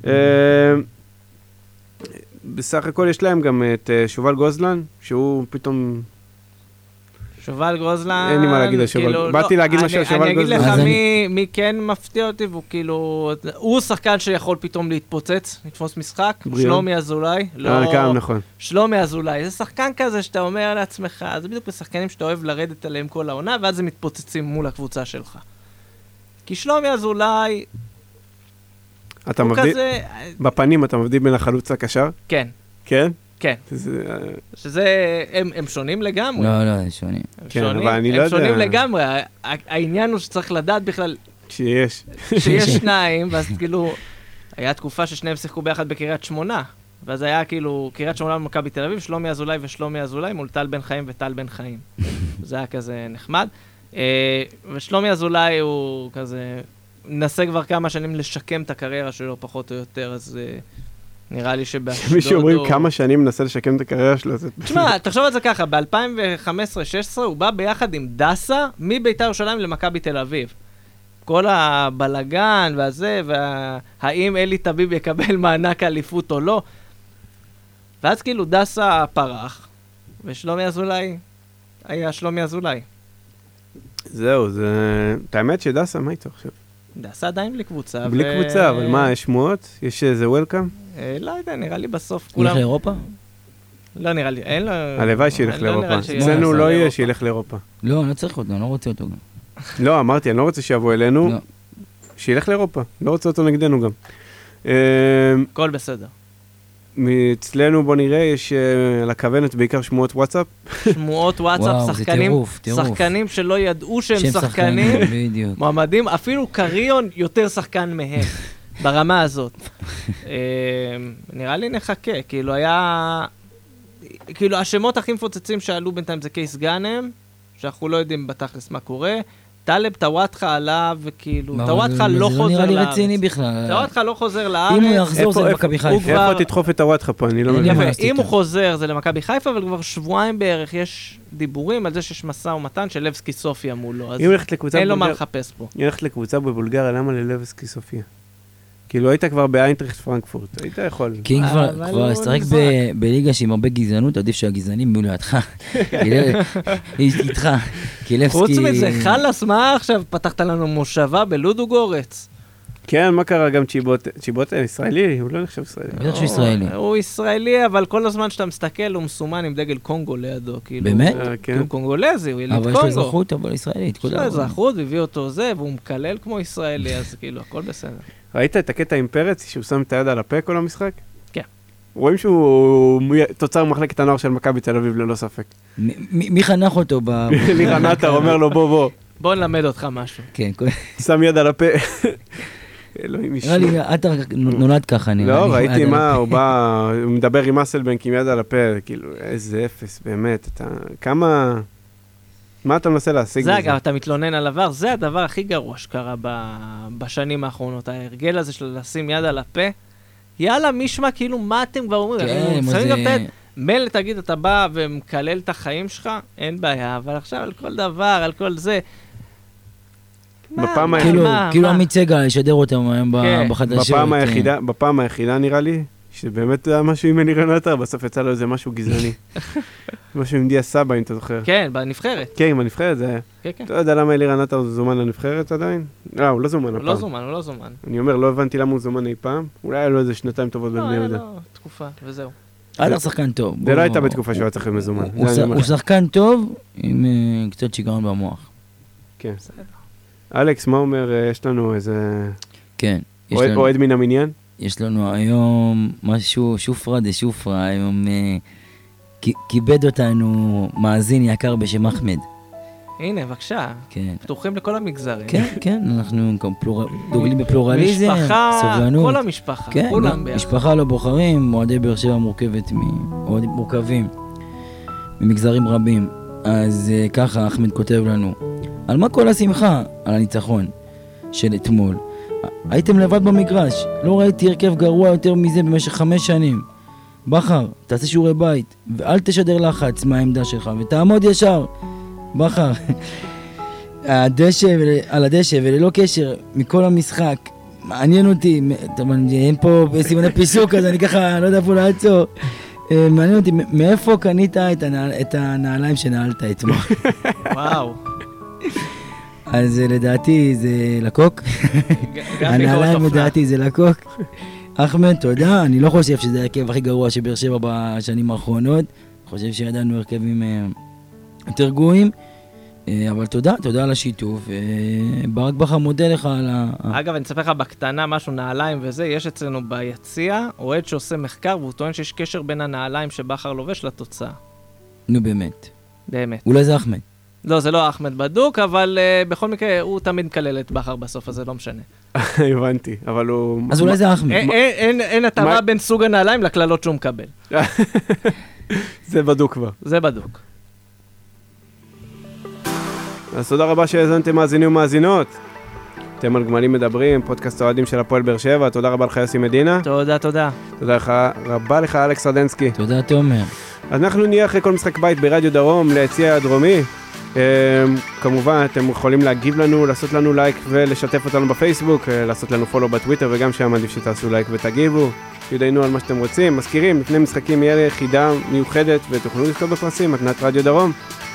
בסך הכל יש להם גם את שובל גוזלן, שהוא פתאום... שובל גוזלן... אין לי מה להגיד על שובל. באתי להגיד משהו על שובל גוזלן. אני אגיד לך מי כן מפתיע אותי, והוא כאילו... הוא שחקן שיכול פתאום להתפוצץ, לתפוס משחק. שלומי אזולאי. אה, נכון. שלומי אזולאי. זה שחקן כזה שאתה אומר לעצמך, זה בדיוק בשחקנים שאתה אוהב לרדת עליהם כל העונה, ואז הם מתפוצצים מול הקבוצה שלך. כי שלומי אזולאי... אתה מבדיל... בפנים אתה מבדיל בין החלוץ לקשר? כן. כן? כן. שזה, הם שונים לגמרי. לא, לא, הם שונים. כן, אבל אני לא יודע. הם שונים לגמרי. העניין הוא שצריך לדעת בכלל... שיש. שיש שניים, ואז כאילו... היה תקופה ששניהם שיחקו ביחד בקריית שמונה. ואז היה כאילו קריית שמונה במכבי תל אביב, שלומי אזולאי ושלומי אזולאי מול טל בן חיים וטל בן חיים. זה היה כזה נחמד. ושלומי אזולאי הוא כזה... נסה כבר כמה שנים לשקם את הקריירה שלו פחות או יותר, אז... נראה לי שבאשדוד... מישהו אומרים כמה שנים מנסה לשקם את הקריירה שלו. תשמע, תחשוב על זה ככה, ב-אלפיים וחמש עשרה שש עשרה הוא בא ביחד עם דסה מביתר ירושלים למכבי תל אביב. כל הבלגן והזה, והאם אלי טביב יקבל מענק אליפות או לא. ואז כאילו דסה פרח, ושלומי אזולאי היה שלומי אזולאי. זהו, זה... את האמת שדסה, מה איתו עכשיו? דסה עדיין בלי קבוצה. בלי קבוצה, אבל מה, יש שמועות? יש איזה וולקאם? לא יודע, נראה לי בסוף הוא הולך לאירופה? לא, נראה לי, אין לו... הלוואי שילך לאירופה. אצלנו לא יהיה שילך לאירופה. לא, אני לא צריך אותו, אני לא רוצה אותו גם. לא, אמרתי, אני לא רוצה שיבוא אלינו. שילך לאירופה, לא רוצה אותו נגדנו גם. הכל בסדר. אצלנו בוא נראה, יש על הכוונת בעיקר שמועות וואטסאפ. שמועות וואטסאפ, שחקנים, שחקנים שלא ידעו שהם שחקנים, מועמדים, אפילו קריון יותר שחקן מהם, ברמה הזאת. נראה לי נחכה, כאילו היה, כאילו השמות הכי מפוצצים שעלו בינתיים זה קייס גאנם, שאנחנו לא יודעים בתכלס מה קורה, טלב טוואטחה עליו, וכאילו, טוואטחה לא חוזר לארץ. זה לא נראה לי רציני בכלל. טוואטחה לא חוזר לארץ. אם הוא יחזור זה למכבי חיפה. איפה תדחוף את טוואטחה פה? אני לא מבין. אם הוא חוזר זה למכבי חיפה, אבל כבר שבועיים בערך יש דיבורים על זה שיש מסע ומתן של לבסקי סופיה מולו. אז אין לו מה לחפש פה. היא הולכת לקבוצה בבולגריה, למה ללבסקי סופיה? כאילו היית כבר באיינטריכט פרנקפורט, היית יכול. כי אם כבר לשחק בליגה שעם הרבה גזענות, עדיף שהגזענים יהיו לידך. איתך. חוץ מזה, חלס, מה עכשיו פתחת לנו מושבה בלודו גורץ? כן, מה קרה גם צ'יבוטה? צ'יבוטה ישראלי? הוא לא נחשב ישראלי. בטח שהוא ישראלי. הוא ישראלי, אבל כל הזמן שאתה מסתכל, הוא מסומן עם דגל קונגו לידו. באמת? הוא קונגולזי, הוא ילד קונגו. אבל יש לו אזרחות, אבל ישראלית. יש לו אזרחות, והביא אותו זה, והוא מקלל כמו ישראלי, אז כאילו, הכל בסדר. ראית את הקטע עם פרץ, שהוא שם את היד על הפה כל המשחק? כן. רואים שהוא תוצר מחלקת הנוער של מכבי תל אביב, ללא ספק. מי חנך אותו? לירה נטר אומר לו, בוא, בוא. בוא נלמד אותך משהו. כן. שם יד על הפה. אלוהים אישו. נראה לי, אתה נולד ככה, נראה לי. לא, ראיתי מה, הוא בא, הוא מדבר עם אסלבנק עם יד על הפה, כאילו, איזה אפס, באמת, אתה, כמה... מה אתה מנסה להשיג בזה? זה אגב, אתה מתלונן על עבר, זה הדבר הכי גרוע שקרה בשנים האחרונות, ההרגל הזה של לשים יד על הפה, יאללה, מישמע, כאילו, מה אתם כבר אומרים? כן, מה זה... מילא תגיד, אתה בא ומקלל את החיים שלך, אין בעיה, אבל עכשיו על כל דבר, על כל זה... בפעם היחידה... כאילו עמית סגל ישדר אותם היום בחדשות. בפעם היחידה נראה לי, שבאמת היה משהו עם אלירן עטר, בסוף יצא לו איזה משהו גזעני. משהו עם דיה סבא, אם אתה זוכר. כן, בנבחרת. כן, עם הנבחרת זה היה. כן, כן. אתה יודע למה אלירן עטר זומן לנבחרת עדיין? לא, הוא לא זומן הפעם. הוא לא זומן, הוא לא זומן. אני אומר, לא הבנתי למה הוא זומן אי פעם. אולי היה לו איזה שנתיים טובות בבני יהודה. לא, לא, תקופה, וזהו. עטר שחקן טוב. זה לא הייתה בתקופה שהוא היה צריך מזומן. הוא שחקן טוב עם קצת שיגעון במוח. כן. אלכס, מה אומר, יש לנו איזה... כן. אוהד מן המניין? יש לנו היום משהו, שופרה דה שופרה, היום כיבד אותנו מאזין יקר בשם אחמד. הנה, בבקשה. כן. פתוחים לכל המגזרים. כן, כן, אנחנו דוגלים בפלורליזם, סובלנות. כל המשפחה, כן, כולם ביחד. משפחה לא בוחרים, אוהדי באר שבע מורכבת, אוהדים מורכבים, ממגזרים רבים. אז ככה אחמד כותב לנו, על מה כל השמחה? על הניצחון של אתמול. הייתם לבד במגרש, לא ראיתי הרכב גרוע יותר מזה במשך חמש שנים. בחר, תעשה שיעורי בית, ואל תשדר לחץ מהעמדה שלך, ותעמוד ישר. בחר, הדשא, על הדשא, וללא קשר, מכל המשחק, מעניין אותי, אין פה סימני פיסוק, אז אני ככה לא יודע פה לעצור. מעניין אותי, מאיפה קנית את הנעליים שנעלת אתמול? וואו. אז לדעתי זה לקוק. הנעליים לדעתי זה לקוק. אחמד, תודה. אני לא חושב שזה הרכב הכי גרוע שבאר שבע בשנים האחרונות. חושב שידענו הרכבים יותר גרועים. אבל תודה, תודה על השיתוף. ברק בכר מודה לך על ה... אגב, אני אספר לך בקטנה משהו, נעליים וזה, יש אצלנו ביציע, אוהד שעושה מחקר, והוא טוען שיש קשר בין הנעליים שבכר לובש לתוצאה. נו באמת. באמת. אולי זה אחמד. לא, זה לא אחמד בדוק, אבל uh, בכל מקרה הוא תמיד מקלל את בכר בסוף, אז זה לא משנה. הבנתי, אבל הוא... אז אולי זה אחמד. אין התאמה בין סוג הנעליים לקללות שהוא מקבל. זה בדוק כבר. זה בדוק. אז תודה רבה שהאזנתם מאזינים ומאזינות. אתם על גמלים מדברים, פודקאסט האוהדים של הפועל באר שבע. תודה רבה לך יוסי מדינה. תודה, תודה. תודה לך, רבה לך אלכס רדנסקי. תודה תומר. אנחנו נהיה אחרי כל משחק בית ברדיו דרום ליציע הדרומי. כמובן אתם יכולים להגיב לנו, לעשות לנו לייק ולשתף אותנו בפייסבוק, לעשות לנו פולו בטוויטר, וגם שם עדיף שתעשו לייק ותגיבו, יודענו על מה שאתם רוצים. מזכירים, לפני משחקים יהיה יחידה מיוחדת ותוכלו לזכות בפרסים, מתנת רדיו דרום.